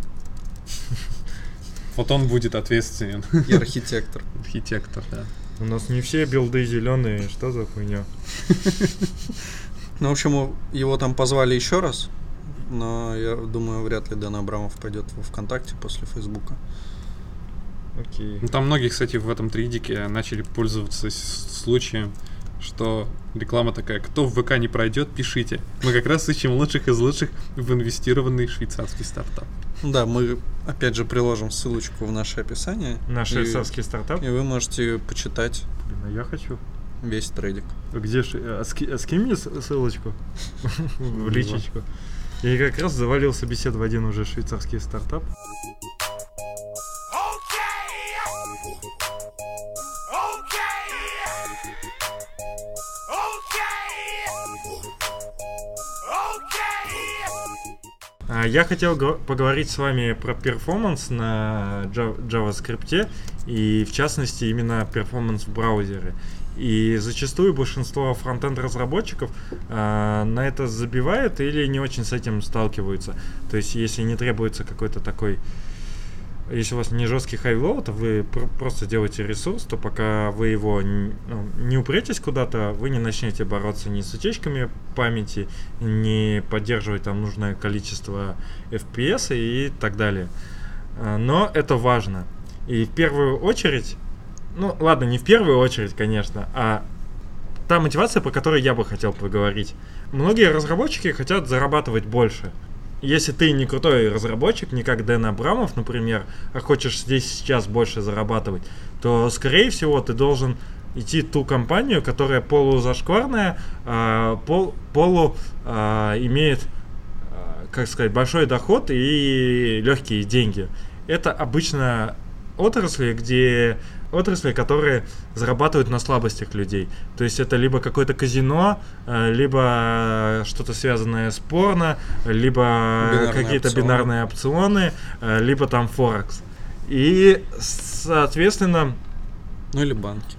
Speaker 2: Вот он будет ответственен.
Speaker 4: И архитектор.
Speaker 2: Архитектор, да.
Speaker 1: У нас не все билды зеленые, что за хуйня?
Speaker 4: Ну, в общем, его там позвали еще раз, но я думаю, вряд ли Дэн Абрамов пойдет во ВКонтакте после Фейсбука.
Speaker 1: Окей.
Speaker 2: Ну, там многие, кстати, в этом тридике начали пользоваться с- случаем, что реклама такая: кто в ВК не пройдет, пишите. Мы как раз ищем лучших из лучших в инвестированный швейцарский стартап.
Speaker 4: Да, мы опять же приложим ссылочку в наше описание.
Speaker 1: Наш
Speaker 4: и,
Speaker 1: швейцарский стартап.
Speaker 4: и вы можете почитать
Speaker 1: Блин, а я хочу.
Speaker 4: весь трейдик.
Speaker 1: Где ж... а, ски... а скинь мне с- ссылочку в личечку. Я как раз завалился бесед в один уже швейцарский стартап. А, Я хотел го- поговорить с вами про перформанс на Java- JavaScript и, в частности, именно перформанс в браузере. И зачастую большинство фронтенд-разработчиков а, на это забивает или не очень с этим сталкиваются. То есть, если не требуется какой-то такой... Если у вас не жесткий хай-лоу, то вы пр- просто делаете ресурс, то пока вы его н- ну, не упретесь куда-то, вы не начнете бороться ни с утечками памяти, не поддерживать там нужное количество эф пи эс и так далее. А, Но это важно. И в первую очередь, ну ладно, не в первую очередь, конечно, а та мотивация, по которой я бы хотел поговорить. Многие разработчики хотят зарабатывать больше. Если ты не крутой разработчик, не как Дэн Абрамов, например, а хочешь здесь сейчас больше зарабатывать, то, скорее всего, ты должен идти в ту компанию, которая полузашкварная, а, пол, полу а, имеет, а, как сказать, большой доход и легкие деньги. Это обычно отрасли, где отрасли, которые зарабатывают на слабостях людей. То есть это либо какое-то казино, э, либо что-то связанное с порно, либо
Speaker 4: Бинарные
Speaker 1: какие-то
Speaker 4: опционы.
Speaker 1: бинарные опционы, э, либо там Форекс. И, соответственно,
Speaker 4: Ну или банки.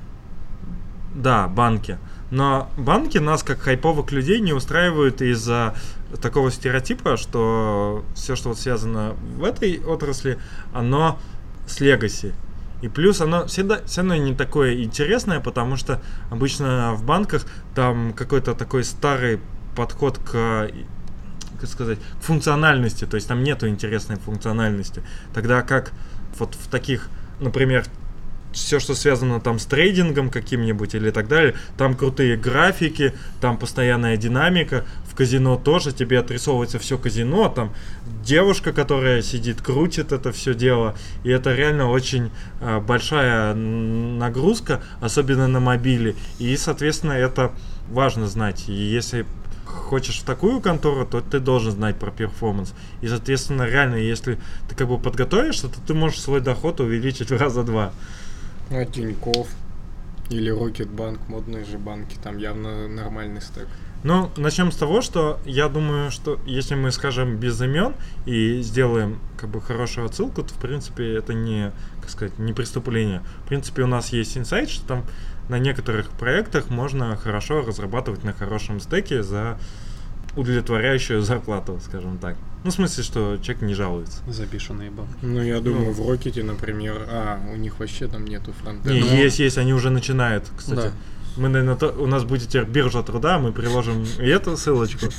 Speaker 1: да, банки. Но банки нас, как хайповых людей, не устраивают из-за такого стереотипа, что все, что вот связано в этой отрасли, оно с легаси. И плюс оно всегда все равно не такое интересное, потому что обычно в банках там какой-то такой старый подход к, как сказать, к функциональности, то есть там нету интересной функциональности. Тогда как вот в таких, например, все, что связано там с трейдингом каким-нибудь или так далее, там крутые графики, там постоянная динамика, в казино тоже тебе отрисовывается все казино, там девушка, которая сидит, крутит это все дело, и это реально очень а, большая нагрузка, особенно на мобиле, и, соответственно, это важно знать, и если хочешь в такую контору, то ты должен знать про перформанс. И, соответственно, реально, если ты как бы подготовишься, то ты можешь свой доход увеличить в раза два.
Speaker 5: А Тинькофф или Рокетбанк, модные же банки, там явно нормальный стек.
Speaker 1: Ну, начнем с того, что я думаю, что если мы скажем без имен и сделаем как бы хорошую отсылку, то в принципе это не, как сказать, не преступление. В принципе, у нас есть инсайт, что там на некоторых проектах можно хорошо разрабатывать на хорошем стеке за удовлетворяющую зарплату, скажем так. Ну, в смысле, что человек не жалуется.
Speaker 2: За бешеные бабки.
Speaker 5: Ну, я думаю,
Speaker 1: Ну.
Speaker 5: в Рокете, например, а, у них вообще там нету фронтенда.
Speaker 1: Не,
Speaker 4: Ну,
Speaker 1: есть, есть, они уже начинают, кстати.
Speaker 4: Да.
Speaker 1: Мы, наверное, то- у нас будет теперь биржа труда, мы приложим и эту ссылочку.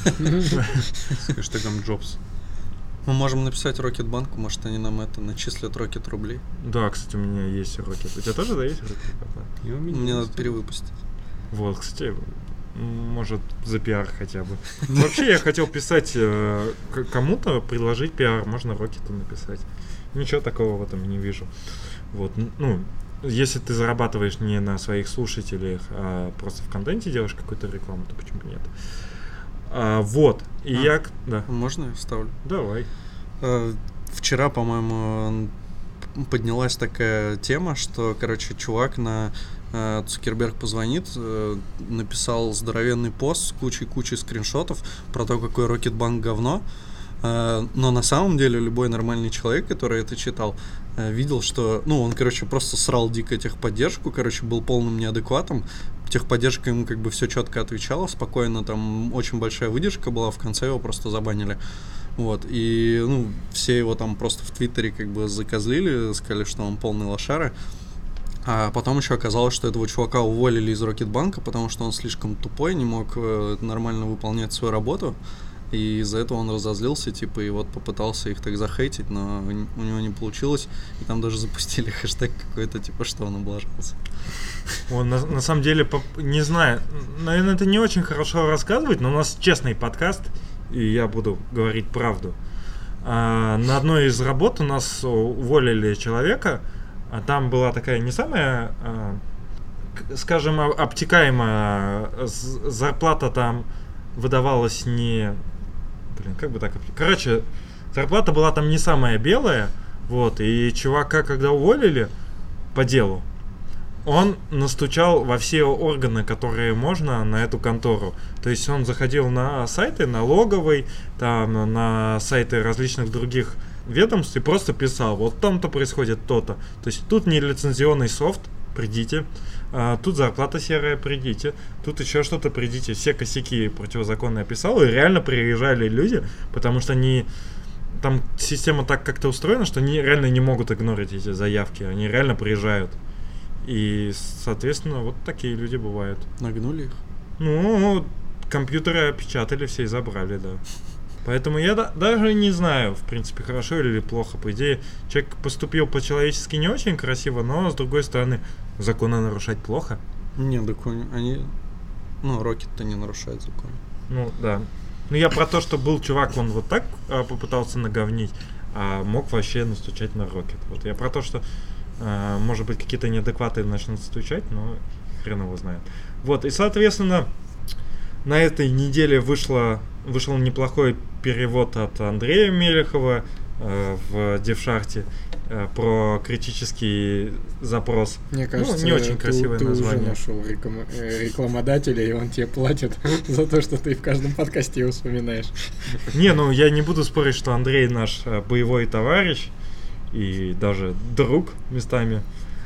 Speaker 2: С хэштегом Jobs.
Speaker 4: Мы можем написать Рокетбанку, может они нам это начислят Рокет рублей.
Speaker 1: Да, кстати, у меня есть Рокет. У тебя тоже, да, есть Рокет?
Speaker 2: И у меня
Speaker 4: Мне надо
Speaker 2: есть.
Speaker 4: перевыпустить.
Speaker 1: Вот, кстати, м, может, за пиар хотя бы. Вообще, я хотел писать э, к- кому-то, предложить пиар, можно Рокету написать. Ничего такого в этом не вижу. Вот, н- ну, если ты зарабатываешь не на своих слушателях, а просто в контенте делаешь какую-то рекламу, то почему нет? А, вот, и
Speaker 4: А.
Speaker 1: я... к- Да,
Speaker 4: Можно я вставлю?
Speaker 1: давай.
Speaker 4: Э, Вчера, по-моему, н- поднялась такая тема, что, короче, чувак на э, Цукерберг позвонит, э, написал здоровенный пост с кучей-кучей скриншотов про то, какой Рокетбанк говно. Э, Но на самом деле любой нормальный человек, который это читал, э, видел, что, ну, он, короче, просто срал дико техподдержку, короче, был полным неадекватом. Техподдержка ему как бы все четко отвечала, спокойно, там очень большая выдержка была, в конце его просто забанили. Вот, и, ну, все его там просто в Твиттере как бы закозлили, сказали, что он полный лошара. А потом еще оказалось, что этого чувака уволили из Рокетбанка, потому что он слишком тупой, не мог э, нормально выполнять свою работу. И из-за этого он разозлился, типа, и вот попытался их так захейтить, но у него не получилось. И там даже запустили хэштег какой-то, типа, что он облажался.
Speaker 1: Он на, на самом деле, поп- не знаю, наверное, это не очень хорошо рассказывать, но у нас честный подкаст, и я буду говорить правду. а, на одной из работ у нас уволили человека, а там была такая не самая, а, к- скажем, об- обтекаемая з- зарплата там выдавалась не... Блин, как бы так... обте- Короче, зарплата была там не самая белая, вот, и чувака, когда уволили по делу, он настучал во все органы, которые можно, на эту контору. То есть он заходил на сайты налоговой, там, на сайты различных других ведомств и просто писал, вот там-то происходит то-то. То есть тут нелицензионный софт, придите. А, тут зарплата серая, придите. Тут еще что-то, придите. Все косяки противозаконные описал, и реально приезжали люди, потому что они... Там система так как-то устроена, что они реально не могут игнорить эти заявки. Они реально приезжают. И, соответственно, вот такие люди бывают.
Speaker 4: Нагнули их?
Speaker 1: Ну, компьютеры опечатали все и забрали, да. Поэтому я да- даже не знаю, в принципе, хорошо или плохо. По идее, человек поступил по-человечески не очень красиво, но, с другой стороны, законы нарушать плохо.
Speaker 4: Не, так они- они... Ну, Рокет-то не нарушает закон.
Speaker 1: Ну, да. Ну, я про то, что был чувак, он вот так а, попытался наговнить, а мог вообще настучать на Рокет. Вот я про то, что, а, может быть, какие-то неадекваты начнут стучать, но хрен его знает. Вот, и, соответственно, на этой неделе вышло, вышел неплохой перевод от Андрея Мелехова э, в Девшарте э, про критический запрос.
Speaker 5: Мне кажется,
Speaker 1: ну, не очень
Speaker 5: ты,
Speaker 1: красивое
Speaker 5: ты
Speaker 1: название.
Speaker 5: уже нашел реком- э, рекламодателя, и он тебе платит за то, что ты в каждом подкасте его вспоминаешь.
Speaker 1: Не, ну я не буду спорить, что Андрей наш э, боевой товарищ и даже друг местами,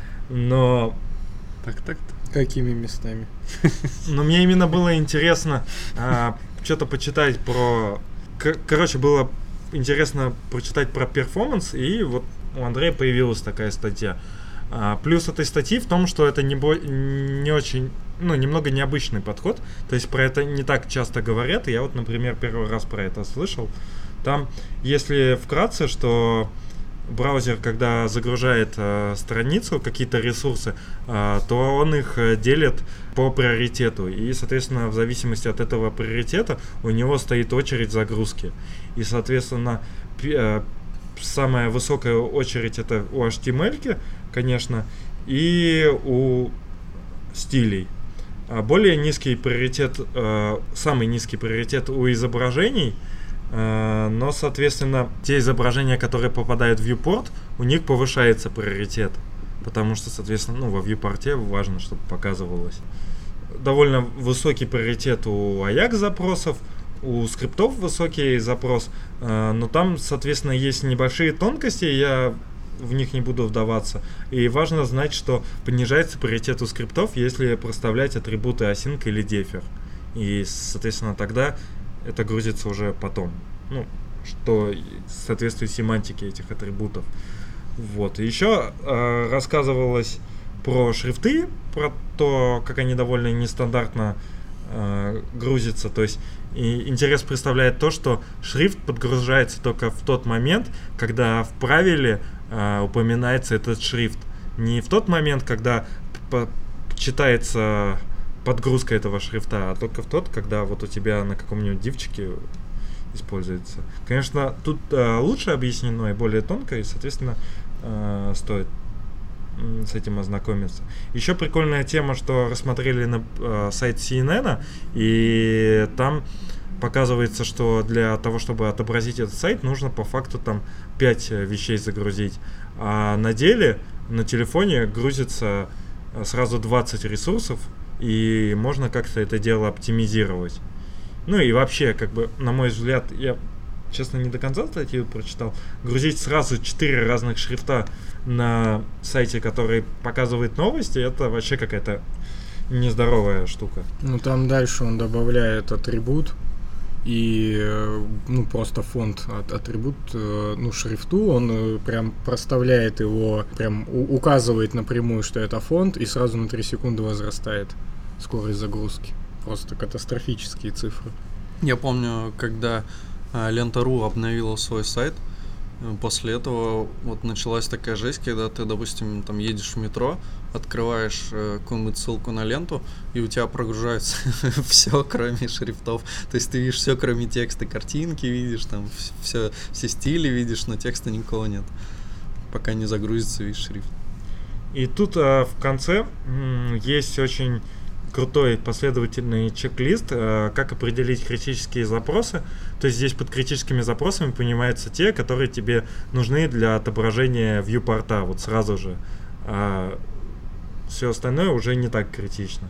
Speaker 1: но,
Speaker 2: Так, так, так.
Speaker 5: Какими местами?
Speaker 1: но мне именно было интересно а, что-то почитать про... К- короче, было интересно прочитать про перформанс, и вот у Андрея появилась такая статья. А, плюс этой статьи в том, что это не, бо- не очень, ну, немного необычный подход, то есть про это не так часто говорят, и я вот, например, первый раз про это слышал. Там, если вкратце, что браузер, когда загружает э, страницу, какие-то ресурсы, э, то он их э, делит по приоритету. И, соответственно, в зависимости от этого приоритета у него стоит очередь загрузки. И, соответственно, пи- э, самая высокая очередь это у эйч ти эм эль, конечно, и у стилей. А более низкий приоритет, э, самый низкий приоритет у изображений. Uh, но, соответственно, те изображения, которые попадают в viewport, у них повышается приоритет. Потому что, соответственно, ну, во viewport важно, чтобы показывалось. Довольно высокий приоритет у Ajax запросов, у скриптов высокий запрос, uh, но там, соответственно, есть небольшие тонкости, я в них не буду вдаваться. И важно знать, что понижается приоритет у скриптов, если проставлять атрибуты async или defer. И, соответственно, тогда это грузится уже потом. Ну, что соответствует семантике этих атрибутов. Вот. И еще э, рассказывалось про шрифты, про то, как они довольно нестандартно э, грузятся. То есть и интерес представляет то, что шрифт подгружается только в тот момент, когда в правиле э, упоминается этот шрифт. Не в тот момент, когда п- читается подгрузка этого шрифта, а только в тот, когда вот у тебя на каком-нибудь дивчике используется. Конечно, тут э, лучше объяснено и более тонко, и, соответственно, э, стоит м, с этим ознакомиться. Еще прикольная тема, что рассмотрели на э, сайт си эн эн, и там показывается, что для того, чтобы отобразить этот сайт, нужно по факту там пять вещей загрузить. А на деле на телефоне грузится сразу двадцать ресурсов, и можно как-то это дело оптимизировать. Ну и вообще, как бы, на мой взгляд, я, честно, не до конца статью прочитал, грузить сразу четыре разных шрифта на сайте, который показывает новости, это вообще какая-то нездоровая штука.
Speaker 5: Ну там дальше он добавляет атрибут и э, ну просто фонд от, атрибут э, ну шрифту, он э, прям проставляет его, прям у- указывает напрямую, что это фонд, и сразу на три секунды возрастает скорость загрузки. Просто катастрофические цифры.
Speaker 4: Я помню, когда а, Лента.ру обновила свой сайт, После этого вот началась такая жесть, когда ты, допустим, там едешь в метро, открываешь э, какую-нибудь ссылку на ленту, и у тебя прогружается все, кроме шрифтов. То есть ты видишь все, кроме текста, картинки видишь, там все, все стили видишь, но текста никого нет. Пока не загрузится весь шрифт.
Speaker 1: И тут а, в конце м, есть очень крутой последовательный чек-лист, а, как определить критические запросы. То есть здесь под критическими запросами понимаются те, которые тебе нужны для отображения вьюпорта вот сразу же. А все остальное уже не так критично.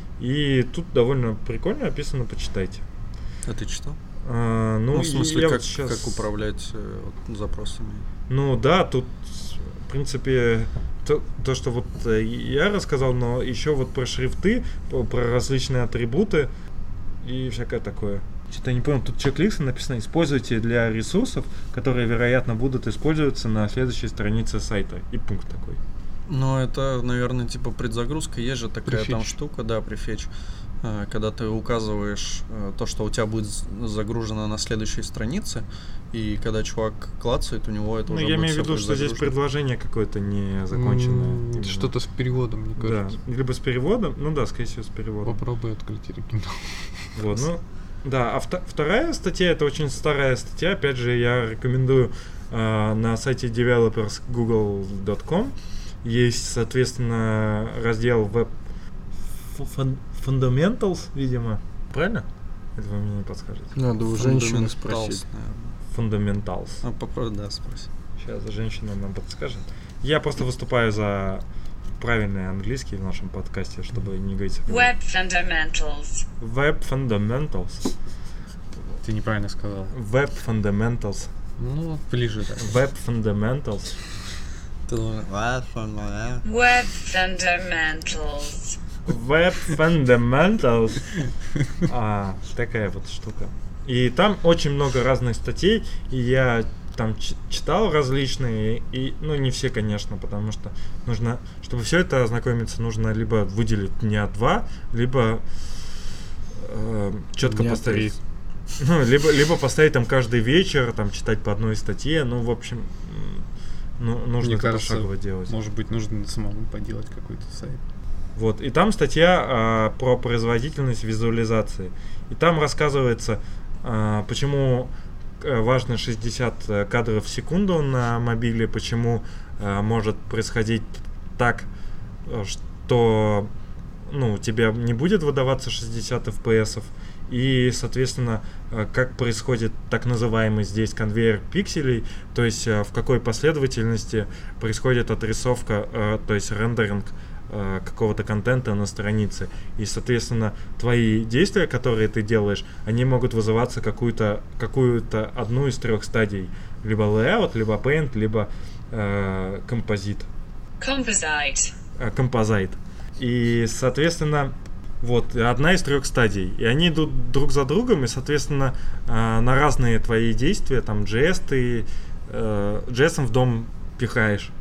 Speaker 1: И тут довольно прикольно описано, почитайте.
Speaker 4: А ты читал?
Speaker 1: А, ну,
Speaker 4: ну, в смысле,
Speaker 1: я
Speaker 4: как,
Speaker 1: вот сейчас...
Speaker 4: как управлять э, вот, запросами?
Speaker 1: Ну да, тут, в принципе, то, то, что вот я рассказал, но еще вот про шрифты, про различные атрибуты и всякое такое. Что-то я не понял, тут чек-листы написано: используйте для ресурсов, которые, вероятно, будут использоваться на следующей странице сайта. И пункт такой.
Speaker 4: Ну, это, наверное, типа предзагрузка. Есть же такая
Speaker 2: Префетч.
Speaker 4: там штука, да, префетч. Когда ты указываешь то, что у тебя будет загружено на следующей странице, и когда чувак клацает, у него это
Speaker 1: Ну,
Speaker 4: уже
Speaker 1: я
Speaker 4: будет
Speaker 1: имею в виду, что здесь предложение какое-то не законченное.
Speaker 2: М, Что-то с переводом, мне
Speaker 1: Да,
Speaker 2: кажется.
Speaker 1: либо с переводом, ну да, скорее всего, с переводом.
Speaker 2: Попробуй открыть оригинал.
Speaker 1: Вот, ну, да, а вто- вторая статья, это очень старая статья, опять же, я рекомендую э, на сайте developers google точка com есть, соответственно, раздел Web Fun- Fundamentals, видимо, правильно? Это вы мне не подскажете.
Speaker 5: Надо у женщины
Speaker 4: Fundamentals,
Speaker 5: спросить.
Speaker 4: наверное.
Speaker 1: Fundamentals.
Speaker 4: А, попробуй, да, спроси.
Speaker 1: Сейчас женщина нам подскажет. Я просто выступаю за правильный английский в нашем подкасте, чтобы не говорить...
Speaker 6: Web Fundamentals.
Speaker 1: Web Fundamentals.
Speaker 2: Ты неправильно сказал.
Speaker 1: Web Fundamentals.
Speaker 2: Ну, ближе, да.
Speaker 1: Web Fundamentals.
Speaker 4: Ты думаешь, «What for my-»
Speaker 6: Web Fundamentals.
Speaker 1: Web Fundamentals. А, такая вот штука. И там очень много разных статей, и я там ч- читал различные, и, ну, не все, конечно, потому что нужно, чтобы все это ознакомиться, нужно либо выделить дня два, либо э, четко
Speaker 5: Дня
Speaker 1: поставить.
Speaker 5: три.
Speaker 1: Ну, либо, либо поставить там каждый вечер, там читать по одной статье, ну, в общем, м, ну, нужно
Speaker 2: Мне
Speaker 1: это
Speaker 2: кажется,
Speaker 1: пошагово делать.
Speaker 2: Может быть, нужно самому поделать какой-то сайт.
Speaker 1: Вот, и там статья а, про производительность визуализации. И там рассказывается, а, почему а, важно шестьдесят кадров в секунду на мобиле, почему а, может происходить так, что, ну, у тебя не будет выдаваться шестьдесят эф пи эс, и, соответственно, а, как происходит так называемый здесь конвейер пикселей, то есть а, в какой последовательности происходит отрисовка, а, то есть рендеринг какого-то контента на странице. И, соответственно, твои действия, которые ты делаешь, они могут вызываться какую-то, какую-то одну из трех стадий. Либо layout, либо paint, либо э, composite.
Speaker 6: Composite.
Speaker 1: Э, composite. И, соответственно, вот, одна из трех стадий. И они идут друг за другом, и, соответственно, э, на разные твои действия, там, джей эс ты э, джей эс в дом пихаешь,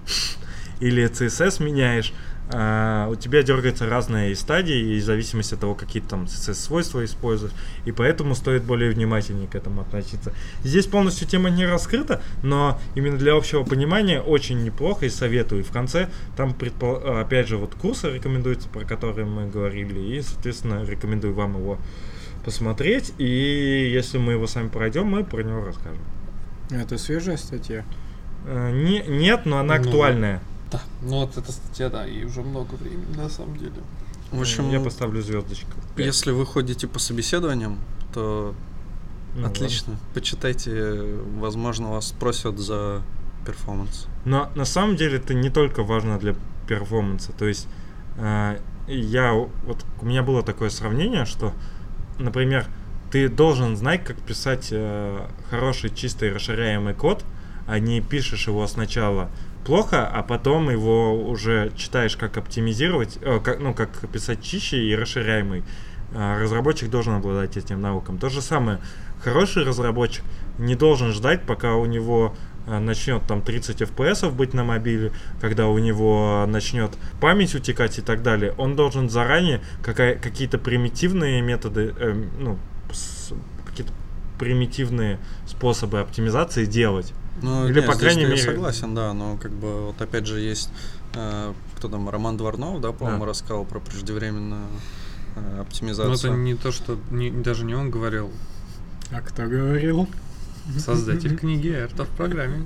Speaker 1: или си эс эс меняешь, Uh, у тебя дергаются разные стадии, и в зависимости от того, какие там си эс эс-свойства используешь, и поэтому стоит более внимательнее к этому относиться. Здесь полностью тема не раскрыта, но именно для общего понимания очень неплохо, и советую. И в конце там, предпол... опять же, вот курсы рекомендуются, про которые мы говорили, и, соответственно, рекомендую вам его посмотреть, и если мы его сами пройдем, мы про него расскажем.
Speaker 5: Это свежая статья?
Speaker 1: Uh, не, нет, но она
Speaker 2: Ну,
Speaker 1: актуальная.
Speaker 2: Да, ну вот эта статья, да, и уже много времени, на самом деле.
Speaker 4: В общем,
Speaker 1: я поставлю звездочку.
Speaker 4: если вы ходите по собеседованиям, то
Speaker 1: Ну,
Speaker 4: отлично.
Speaker 1: ладно.
Speaker 4: Почитайте, возможно, вас спросят за перформанс.
Speaker 1: Но на самом деле это не только важно для перформанса. То есть э, я вот у меня было такое сравнение, что, например, ты должен знать, как писать э, хороший чистый расширяемый код, а не пишешь его сначала плохо, а потом его уже читаешь, как оптимизировать, э, как, ну, как писать чище и расширяемый. Э, разработчик должен обладать этим навыком. То же самое, хороший разработчик не должен ждать, пока у него э, начнет там тридцать эф пи эс быть на мобиле, когда у него начнет память утекать и так далее. Он должен заранее какая, какие-то примитивные методы, э, ну, с, какие-то примитивные способы оптимизации делать.
Speaker 4: Ну,
Speaker 1: Или,
Speaker 4: не,
Speaker 1: по
Speaker 4: здесь
Speaker 1: крайней
Speaker 4: я
Speaker 1: мере-
Speaker 4: согласен, да, но как бы вот опять же есть, э, кто там, Роман Дворнов, да, по-моему,
Speaker 1: Да.
Speaker 4: рассказал про преждевременную э,
Speaker 2: Но
Speaker 4: оптимизацию.
Speaker 2: это не то, что не- даже не он говорил.
Speaker 5: А кто говорил?
Speaker 2: Создатель книги Art of Programming.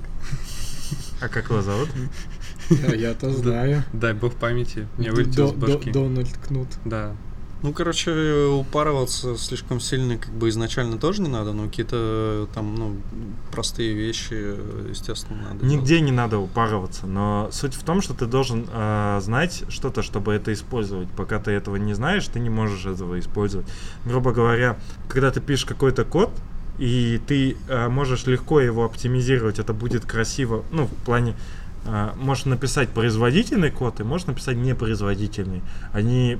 Speaker 1: А как его зовут?
Speaker 5: Я- Я-то знаю.
Speaker 2: Дай бог памяти. Не вылетел
Speaker 5: До-
Speaker 2: с
Speaker 5: До-
Speaker 2: башки.
Speaker 5: Дональд Кнут.
Speaker 2: Да.
Speaker 4: Ну, короче, упарываться слишком сильно как бы изначально тоже не надо, но какие-то там, ну, простые вещи, естественно, надо
Speaker 1: Нигде не надо упарываться, но суть в том, что ты должен э, знать что-то, чтобы это использовать. Пока ты этого не знаешь, ты не можешь этого использовать. Грубо говоря, когда ты пишешь какой-то код, и ты э, можешь легко его оптимизировать, это будет красиво, ну, в плане, э, можешь написать производительный код и можешь написать непроизводительный. Они...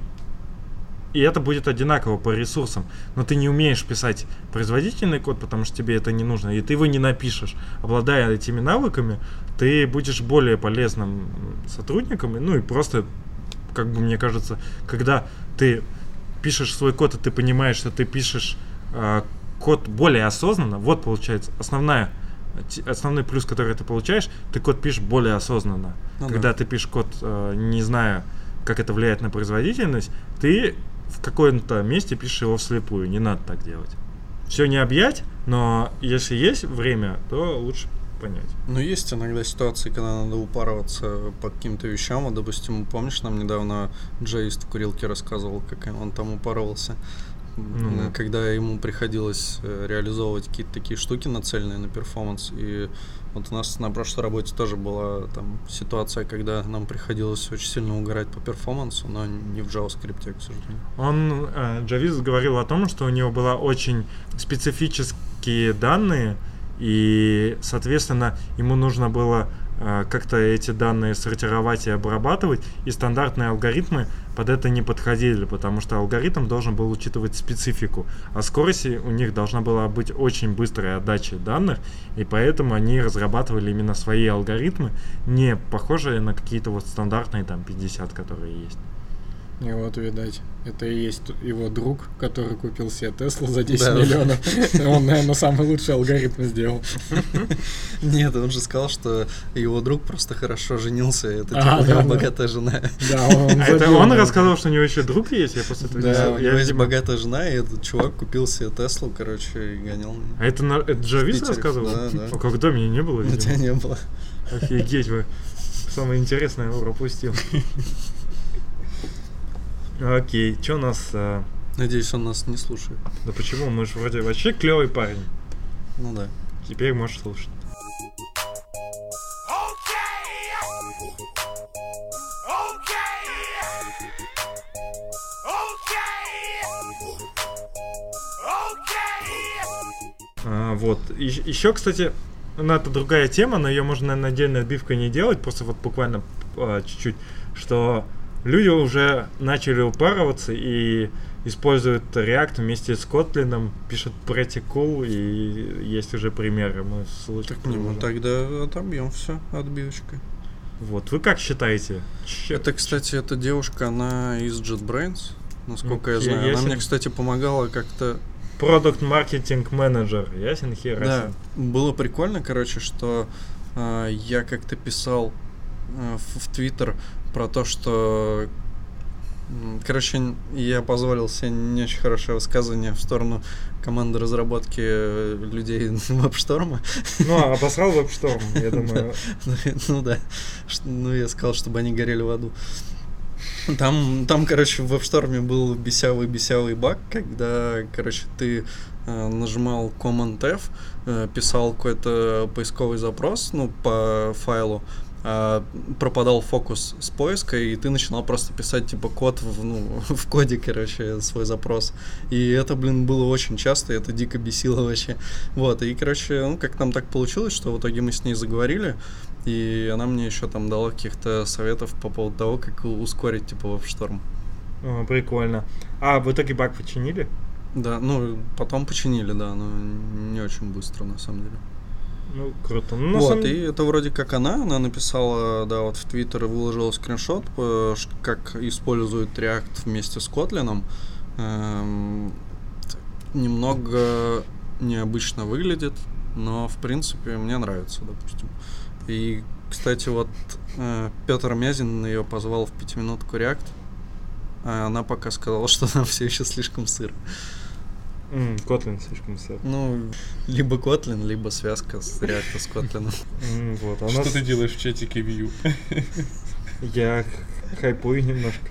Speaker 1: И это будет одинаково по ресурсам. Но ты не умеешь писать производительный код, потому что тебе это не нужно, и ты его не напишешь. Обладая этими навыками, ты будешь более полезным сотрудником. Ну и просто, как бы мне кажется, когда ты пишешь свой код, и ты понимаешь, что ты пишешь э, код более осознанно, вот получается основная, т- основной плюс, который ты получаешь, ты код пишешь более осознанно.
Speaker 4: Ну
Speaker 1: Когда
Speaker 4: да.
Speaker 1: ты пишешь код, э, не зная, как это влияет на производительность, ты в каком-то месте пишешь его вслепую. Не надо так делать. Все не объять, но если есть время, то лучше понять.
Speaker 4: Ну, есть иногда ситуации, когда надо упарываться по каким-то вещам. Вот, допустим, помнишь, нам недавно джейист в курилке рассказывал, как он там упарывался,
Speaker 1: Ну да.
Speaker 4: когда ему приходилось э, реализовывать какие-то такие штуки, нацеленные на перформанс. И вот у нас на прошлой работе тоже была там ситуация, когда нам приходилось очень сильно угорать по перформансу, но не в JavaScript, к сожалению.
Speaker 1: Он, э, Джавис, говорил о том, что у него было очень специфические данные, и, соответственно, ему нужно было э, как-то эти данные сортировать и обрабатывать, и стандартные алгоритмы под это не подходили, потому что алгоритм должен был учитывать специфику, а скорость у них должна была быть очень быстрая отдача данных, и поэтому они разрабатывали именно свои алгоритмы, не похожие на какие-то вот стандартные там пятьдесят, которые есть.
Speaker 5: И вот, видать, это и есть т- его друг, который купил себе Теслу за десять
Speaker 4: Да.
Speaker 5: миллионов. Он, наверное, самый лучший алгоритм сделал.
Speaker 4: Нет, он же сказал, что его друг просто хорошо женился, это
Speaker 5: А,
Speaker 4: типа у него
Speaker 5: да, да.
Speaker 4: богатая жена.
Speaker 5: Да, он
Speaker 1: А это
Speaker 5: забил
Speaker 1: он
Speaker 5: на
Speaker 1: рассказал, что у него еще друг есть? Я после этого
Speaker 5: Да,
Speaker 1: не
Speaker 4: Да,
Speaker 1: знал.
Speaker 4: у
Speaker 1: Я,
Speaker 4: него есть
Speaker 1: видимо,
Speaker 4: богатая жена, и этот чувак купил себе Теслу, короче, и гонял.
Speaker 1: А это, на- это Джавис
Speaker 4: Питере.
Speaker 1: рассказывал?
Speaker 4: Да, да.
Speaker 1: О, когда меня не было,
Speaker 4: У тебя
Speaker 1: видимо.
Speaker 4: не было.
Speaker 1: Офигеть, вы самое интересное его пропустил. Окей, что у нас... а,
Speaker 4: Надеюсь, он нас не слушает.
Speaker 1: Да почему? Мы же вроде вообще клевый парень.
Speaker 4: Ну да.
Speaker 1: Теперь можешь слушать. А, вот. Еще, кстати, ну, это другая тема, но ее можно, наверное, отдельной отбивкой не делать, просто вот буквально а, чуть-чуть, что люди уже начали упарываться и используют React вместе с Kotlin, пишут pretty cool, и есть уже примеры. Мы слышали.
Speaker 4: Так, не, мы тогда отобьем все отбивочкой.
Speaker 1: Вот, вы как считаете? Чё-
Speaker 4: Это, кстати, эта девушка, она из JetBrains, насколько я
Speaker 1: Ну,
Speaker 4: знаю.
Speaker 1: ясен.
Speaker 4: Она мне, кстати, помогала как-то...
Speaker 1: Продукт маркетинг менеджер, ясен хер.
Speaker 4: Да, было прикольно, короче, что э, я как-то писал э, в, в Твиттер про то, что... м, Короче, я позволил себе не очень хорошее высказывание в сторону команды разработки э, людей WebStorm.
Speaker 1: Ну, а обосрал WebStorm, я думаю.
Speaker 4: Ну да. Ш- Ну, я сказал, чтобы они горели в аду. Там, там, короче, в WebStorm был бесявый-бесявый баг, когда, короче, ты э, нажимал Command-F, э, писал какой-то поисковый запрос, ну, по файлу, а пропадал фокус с поиска, и ты начинал просто писать, типа, код в, ну, в коде, короче, свой запрос. И это, блин, было очень часто, и это дико бесило вообще. Вот, и, короче, ну, как там так получилось, что в итоге мы с ней заговорили, и она мне еще там дала каких-то советов по поводу того, как ускорить, типа, WebStorm.
Speaker 1: О, прикольно. А в итоге баг починили?
Speaker 4: Да, ну, потом починили, да, но не очень быстро, на самом деле.
Speaker 1: Ну, круто. Ну, на
Speaker 4: Вот,
Speaker 1: самом-
Speaker 4: и это вроде как она, она написала, да, вот в Твиттер выложила скриншот, э, ш- как использует React вместе с Kotlin. Эм, т- немного необычно выглядит, но в принципе мне нравится, допустим. И, кстати, вот э, Петр Мязин ее позвал в пятиминутку React, а она пока сказала, что там все еще слишком сыр.
Speaker 1: Mm, Kotlin слишком сыр.
Speaker 4: Ну, либо Kotlin, либо связка с React с Kotlin.
Speaker 1: Mm, вот, а у
Speaker 3: Что
Speaker 1: нас...
Speaker 3: ты делаешь в чатике Vue?
Speaker 1: Я хайпую немножко.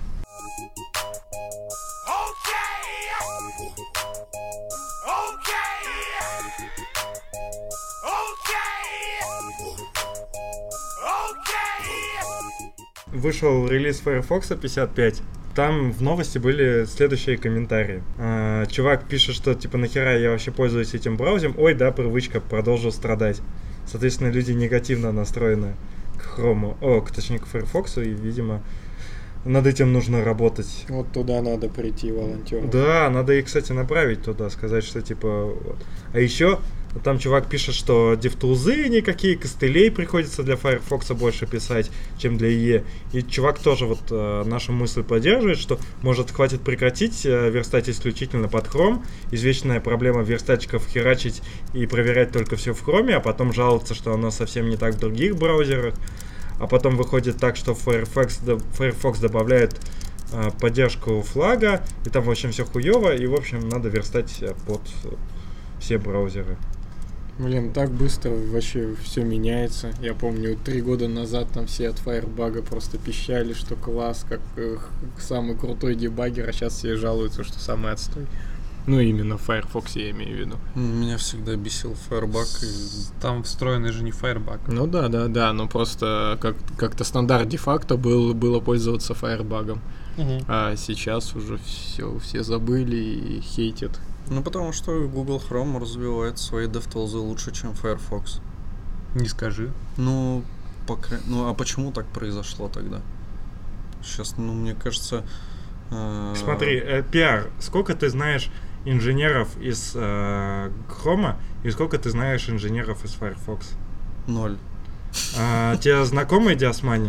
Speaker 1: Вышел релиз Firefox пятьдесят пять. Там в новости были следующие комментарии. А, чувак пишет, что типа нахера я вообще пользуюсь этим браузером. Ой, да, привычка, продолжу страдать. Соответственно, люди негативно настроены к Chrome, о, к, точнее к Firefox, и, видимо, над этим нужно работать.
Speaker 5: Вот туда надо прийти, волонтеру.
Speaker 1: Да, надо и, кстати, направить туда, сказать, что типа... Вот. А еще там чувак пишет, что DevTools никакие, костылей приходится для Firefox больше писать, чем для и и. И чувак тоже вот э, нашу мысль поддерживает, что может хватит прекратить э, верстать исключительно под Chrome. Извечная проблема верстальщиков херачить и проверять только все в Chrome, а потом жаловаться, что оно совсем не так в других браузерах. А потом выходит так, что Firefox, Firefox добавляет э, поддержку флага, и там в общем все хуево, и в общем надо верстать под все браузеры.
Speaker 5: Блин, так быстро вообще все меняется. Я помню, три года назад там все от Firebug просто пищали, что класс, как э, самый крутой дебаггер, а сейчас все жалуются, что самый отстой. Ну, именно в Firefox я имею в виду.
Speaker 4: Меня всегда бесил Firebug. И...
Speaker 3: Там встроенный же не Firebug.
Speaker 5: Ну да, да, да, но просто как- как-то стандарт де-факто был, было пользоваться Firebug.
Speaker 3: Угу.
Speaker 5: А сейчас уже все, все забыли и хейтят.
Speaker 4: Ну, потому что Google Chrome развивает свои DevTools лучше, чем Firefox.
Speaker 3: Не скажи.
Speaker 4: Ну, пока... ну, а почему так произошло тогда? Сейчас, ну, мне кажется... Э...
Speaker 1: Смотри, э, пиар. Сколько ты знаешь инженеров из э, Chrome и сколько ты знаешь инженеров из Firefox?
Speaker 4: Ноль.
Speaker 1: А, тебе знакомый Диасмани?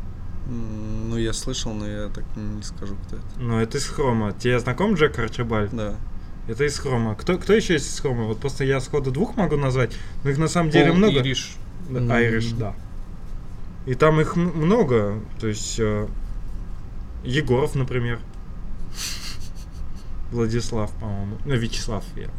Speaker 4: Ну, я слышал, но я так не скажу, кто это.
Speaker 1: Ну, это из Chrome. Тебе знаком Джек Арчибальд?
Speaker 4: Да.
Speaker 1: Это из Chrome. Кто, кто еще есть из Chrome? Вот просто я сходу двух могу назвать, но их на самом деле
Speaker 3: Пол
Speaker 1: много.
Speaker 3: Ириш.
Speaker 1: Да,
Speaker 5: Мгм.
Speaker 1: Irish, да. И там их м- много. То есть э, Егоров, например. Владислав, по-моему. Ну, Вячеслав. Я.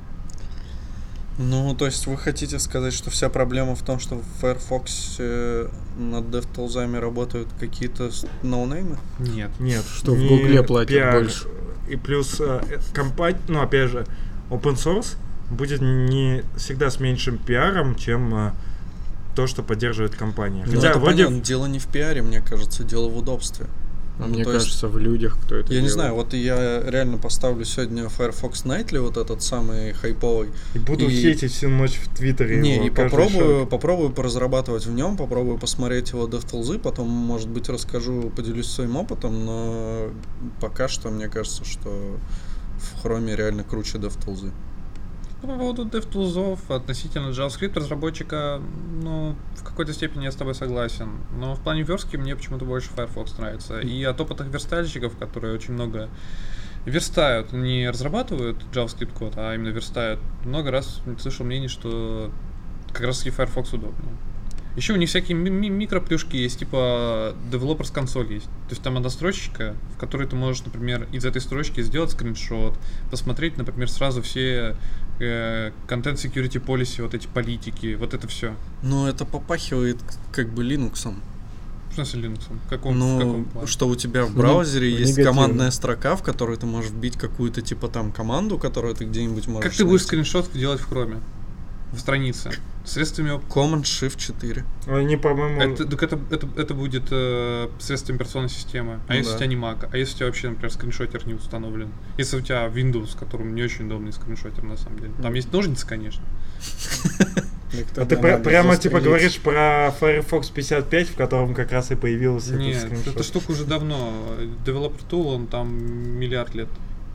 Speaker 4: Ну, то есть вы хотите сказать, что вся проблема в том, что в Firefox э, над DevTools работают какие-то с- ноунеймы?
Speaker 3: Нет.
Speaker 1: Нет,
Speaker 5: Что в
Speaker 1: не
Speaker 5: Гугле платят
Speaker 1: пиар.
Speaker 5: больше.
Speaker 1: И плюс э, компания, ну опять же, open source будет не всегда с меньшим пиаром, чем э, то, что поддерживает компания.
Speaker 4: Ну,
Speaker 1: Хотя
Speaker 4: это
Speaker 1: вроде
Speaker 4: понятно, дело не в пиаре, мне кажется, дело в удобстве.
Speaker 5: А
Speaker 4: Ну,
Speaker 5: мне
Speaker 4: то есть,
Speaker 5: кажется, в людях кто это
Speaker 4: я не
Speaker 5: делает.
Speaker 4: знаю, вот я реально поставлю сегодня Firefox Nightly, вот этот самый хайповый.
Speaker 1: и буду
Speaker 4: и-
Speaker 1: хейтить всю ночь в Твиттере.
Speaker 4: Не,
Speaker 1: его,
Speaker 4: и
Speaker 1: каждый
Speaker 4: попробую,
Speaker 1: шаг.
Speaker 4: попробую поразрабатывать в нем, попробую посмотреть его DevTools, потом, может быть, расскажу, поделюсь своим опытом, но пока что мне кажется, что в Chrome реально круче DevTools.
Speaker 3: По поводу DevTools относительно JavaScript разработчика, ну, в какой-то степени я с тобой согласен. Но в плане верстки мне почему-то больше Firefox нравится. И от опытных верстальщиков, которые очень много верстают, не разрабатывают JavaScript код, а именно верстают, много раз слышал мнение, что как раз таки Firefox удобнее. Еще у них всякие ми- ми- микроплюшки есть, типа Developers консоль есть. То есть там одна строчечка, в которой ты можешь, например, из этой строчки сделать скриншот, посмотреть, например, сразу все э, Content Security Policy, вот эти политики, вот это все.
Speaker 4: Но это попахивает как бы Linux.
Speaker 3: В смысле Linux? В каком, в
Speaker 4: Ну,
Speaker 3: каком плане?
Speaker 4: что у тебя в
Speaker 5: Ну,
Speaker 4: браузере есть
Speaker 5: негативно.
Speaker 4: командная строка, в которой ты можешь вбить какую-то типа там команду, которую ты где-нибудь можешь
Speaker 3: Как ты будешь
Speaker 4: найти.
Speaker 3: скриншот делать в Chrome? В странице. Средствами оп-
Speaker 4: Command Shift четыре.
Speaker 1: Они, по-моему...
Speaker 3: Это, так это, это, это будет э, средством операционной системы. А
Speaker 4: Ну
Speaker 3: если
Speaker 4: да.
Speaker 3: у тебя не Mac? А если у тебя вообще, например, скриншотер не установлен? Если у тебя Windows, которым не очень удобный скриншотер на самом деле. Там есть ножницы, конечно.
Speaker 5: Так
Speaker 1: А
Speaker 5: тогда
Speaker 1: ты пр-
Speaker 5: надо
Speaker 1: прямо типа
Speaker 5: застрелить.
Speaker 1: говоришь про Firefox пятьдесят пять, в котором как раз и появился этот
Speaker 3: Нет,
Speaker 1: скриншот.
Speaker 3: эта штука уже давно. Developer Tool, он там миллиард лет.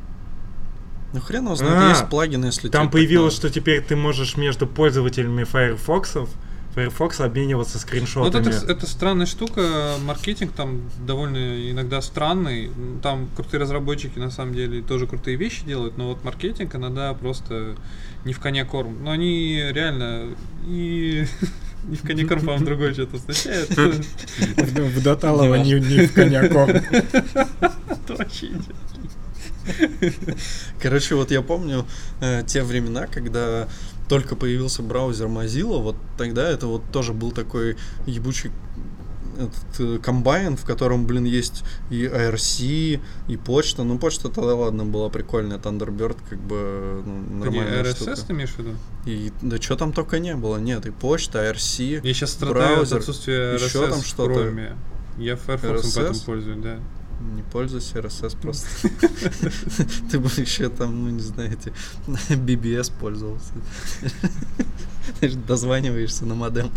Speaker 4: Ну хрен его знает,
Speaker 1: А,
Speaker 4: есть плагины, если
Speaker 1: Там
Speaker 4: тебе
Speaker 1: появилось,
Speaker 4: так
Speaker 1: что теперь ты можешь между пользователями Firefox Firefox обмениваться
Speaker 2: Вот
Speaker 1: скриншотами.
Speaker 2: это, это странная штука, маркетинг там довольно иногда странный. Там крутые разработчики на самом деле тоже крутые вещи делают, но вот маркетинг иногда просто не в коня корм. Но они реально и не в коня корм, по-моему, другое что-то означает.
Speaker 5: В Доталово не не в коня корм.
Speaker 2: Это вообще идеально.
Speaker 4: Короче, вот я помню э, те времена, когда только появился браузер Mozilla, вот тогда это вот тоже был такой ебучий этот, э, комбайн, в котором, блин, есть и ай ар си, и почта. Ну, почта тогда, ладно, была прикольная, Thunderbird, как бы, ну,
Speaker 2: Погоди,
Speaker 4: нормальная
Speaker 2: эр эс
Speaker 4: штука.
Speaker 2: эс ты имеешь в виду?
Speaker 4: И да что там только не было, нет, и почта, ай ар си,
Speaker 2: Я сейчас страдаю от
Speaker 4: браузер,
Speaker 2: отсутствия эр эс эс
Speaker 4: еще там
Speaker 2: в
Speaker 4: что-то.
Speaker 2: Chrome. Я Firefox
Speaker 4: эр эс эс?
Speaker 2: поэтому пользуюсь, да.
Speaker 4: Не пользуйся эр эс эс просто. Ты бы еще там, ну не знаете, би би эс пользовался. Дозваниваешься на модем.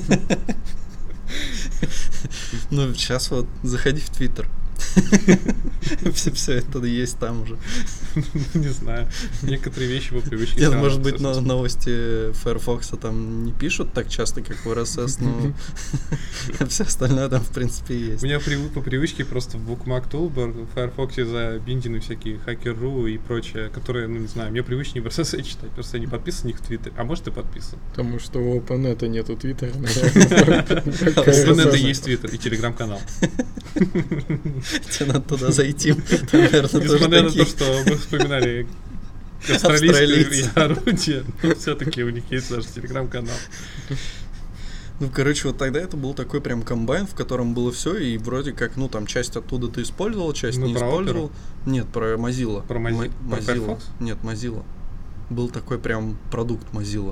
Speaker 4: Ну, сейчас вот заходи в Твиттер. Все, все это есть там уже.
Speaker 2: Не знаю. Некоторые вещи по привычке.
Speaker 4: Нет,
Speaker 2: странно,
Speaker 4: может быть,
Speaker 2: кстати.
Speaker 4: но- новости Firefox там не пишут так часто, как в эр эс эс, но все остальное там, в принципе,
Speaker 2: У
Speaker 4: есть.
Speaker 2: меня при- по привычке просто в Bookmark Toolbar, в Firefox забиндены всякие Hacker.ru и прочее, которые, ну не знаю, мне привычнее в эр эс эс читать, просто я не подписан на них в Твиттере, а может и подписан.
Speaker 5: Потому что у OpenNet нету Твиттера, наверное.
Speaker 2: Просто это и есть Твиттер и Телеграм-канал.
Speaker 4: Тебе надо туда зайти. Там, наверное, тоже
Speaker 2: Несмотря на то,
Speaker 4: такие.
Speaker 2: что мы вспоминали
Speaker 4: Австралийцы.
Speaker 2: австралийское орудие, но все-таки у них есть даже Телеграм-канал.
Speaker 4: Ну, короче, вот тогда это был такой прям комбайн, в котором было все, и вроде как, ну, там часть оттуда ты использовал, часть
Speaker 2: Мы
Speaker 4: не
Speaker 2: про
Speaker 4: использовал. Нет, про Mozilla.
Speaker 2: Про Mozi-
Speaker 4: Мо-
Speaker 2: про
Speaker 4: Mozilla.
Speaker 2: Firefox?
Speaker 4: Нет, Mozilla. Был такой прям продукт Mozilla.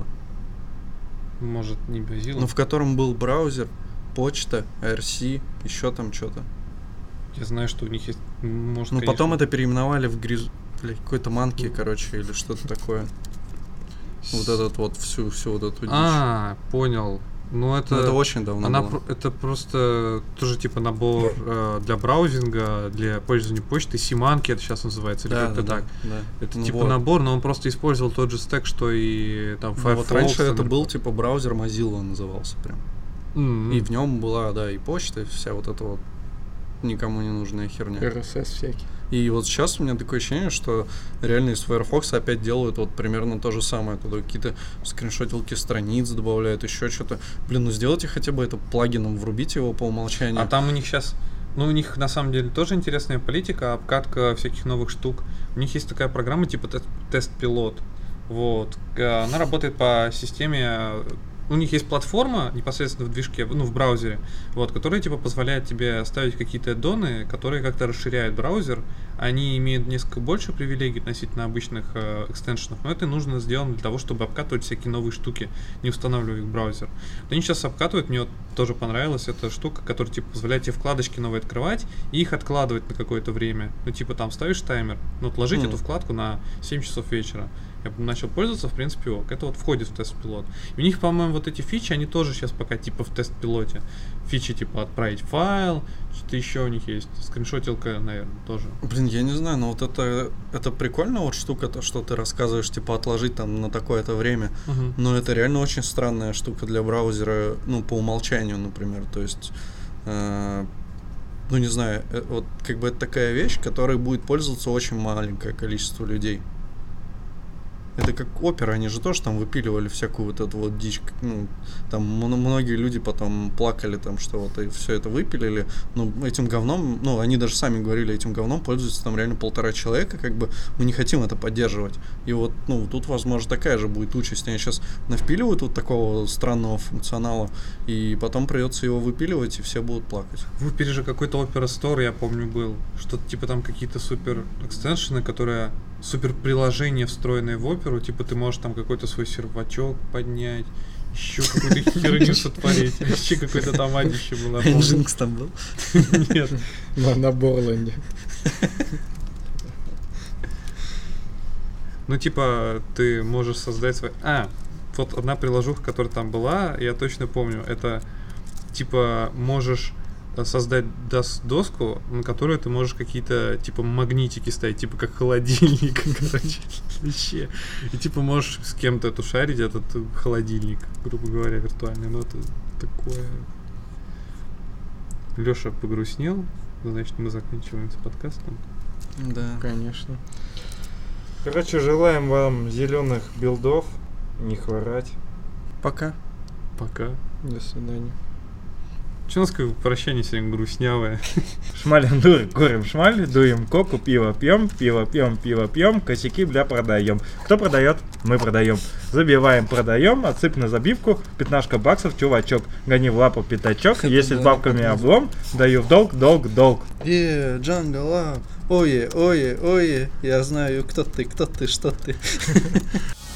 Speaker 2: Может, не Mozilla?
Speaker 4: Ну, в котором был браузер, почта, ай ар си, еще там что-то.
Speaker 2: Я знаю, что у них есть, может,
Speaker 4: Ну,
Speaker 2: конечно.
Speaker 4: потом это переименовали в гриз... блядь, какой-то манки, короче, или что-то такое. Вот этот вот, всю, всю вот эту дичь.
Speaker 2: А, понял. Ну, это...
Speaker 4: Ну, это очень давно
Speaker 2: Она
Speaker 4: было.
Speaker 2: про- это просто тоже типа набор э, для браузинга, для пользования почты, Симанки это сейчас называется, или
Speaker 4: Да,
Speaker 2: как-то
Speaker 4: да,
Speaker 2: так.
Speaker 4: да, да.
Speaker 2: Это
Speaker 4: Ну
Speaker 2: типа
Speaker 4: вот.
Speaker 2: набор, но он просто использовал тот же стек, что и там
Speaker 4: Ну,
Speaker 2: Firefox.
Speaker 4: вот раньше это
Speaker 2: например.
Speaker 4: был типа браузер Mozilla назывался прям.
Speaker 2: М,
Speaker 4: И в нем была, да, и почта, и вся вот эта вот никому не нужная херня.
Speaker 5: эр эс эс всякий.
Speaker 4: И вот сейчас у меня такое ощущение, что реально из Firefox опять делают вот примерно то же самое. Туда какие-то скриншотилки страниц добавляют, еще что-то. Блин, ну сделайте хотя бы это плагином, врубите его по умолчанию.
Speaker 2: А там у них сейчас, ну у них на самом деле тоже интересная политика, обкатка всяких новых штук. У них есть такая программа типа тест- тест-пилот. Вот. Э, Она работает по системе. У них есть платформа непосредственно в движке, ну, в браузере, вот, которая типа позволяет тебе ставить какие-то аддоны, которые как-то расширяют браузер. Они имеют несколько больше привилегий относительно обычных э, экстеншенов, но это нужно сделано для того, чтобы обкатывать всякие новые штуки, не устанавливая их в браузер. Вот они сейчас обкатывают, мне вот тоже понравилась эта штука, которая типа позволяет тебе вкладочки новые открывать и их откладывать на какое-то время. Ну, типа там ставишь таймер, ну, отложить
Speaker 4: Мгм.
Speaker 2: эту вкладку на семь часов вечера. Я начал пользоваться, в принципе, ок. Это вот входит в тест-пилот. И у них, по-моему, вот эти фичи, они тоже сейчас пока типа в тест-пилоте. Фичи типа отправить файл, что-то еще у них есть. Скриншотилка, наверное, тоже.
Speaker 4: Блин, я не знаю, но вот это, это прикольная вот штука, то, что ты рассказываешь, типа отложить там на такое-то время.
Speaker 2: Мгм.
Speaker 4: Но это реально очень странная штука для браузера, ну, по умолчанию, например. То есть, э, ну, не знаю, э, вот как бы это такая вещь, которой будет пользоваться очень маленькое количество людей. Это как Opera, они же тоже там выпиливали всякую вот эту вот дичь. Ну, там мно- многие люди потом плакали, там, что вот и все это выпилили. Ну, этим говном, ну, они даже сами говорили, этим говном пользуются там реально полтора человека, как бы мы не хотим это поддерживать. И вот, ну, тут, возможно, такая же будет участь. Они сейчас навпиливают вот такого странного функционала, и потом придется его выпиливать, и все будут плакать.
Speaker 2: В Uber же какой-то Opera Store, я помню, был. Что-то типа там какие-то супер экстеншены, которые супер приложения, встроенные в Opera. Типа ты можешь там какой-то свой сервачок поднять, еще какую-то херню сотворить. Вообще какое-то там адище было. помню.
Speaker 4: Nginx там был.
Speaker 2: Нет.
Speaker 5: На, на Борланде.
Speaker 2: Ну, типа, ты можешь создать свой... А, вот одна приложуха, которая там была, я точно помню, это, типа, можешь
Speaker 3: создать дос-доску, на которой ты можешь какие-то, типа, магнитики ставить, типа, как холодильник, короче, вообще. И, типа, можешь с кем-то эту шарить, этот холодильник, грубо говоря, виртуальный. Но это такое... Лёша погрустнел, значит, мы заканчиваем с подкастом.
Speaker 4: Да.
Speaker 5: Конечно.
Speaker 1: Короче, желаем вам зеленых билдов, не хворать.
Speaker 4: Пока.
Speaker 3: Пока.
Speaker 5: До свидания.
Speaker 3: Че у нас как прощание сегодня грустнявое?
Speaker 1: Шмалин, дур, курим шмаль, дуем коку, пиво пьем, пиво пьем, пиво пьем, косяки, бля, продаем. Кто продает? Мы продаем. Забиваем, продаем, отсыпь на забивку, пятнашка баксов, чувачок, гони в лапу пятачок,
Speaker 4: Это
Speaker 1: если
Speaker 4: да,
Speaker 1: с бабками
Speaker 4: это
Speaker 1: облом, даю в долг, долг, долг.
Speaker 4: Е, Джангала. Ое, ое, ое. Я знаю, кто ты, кто ты, что ты.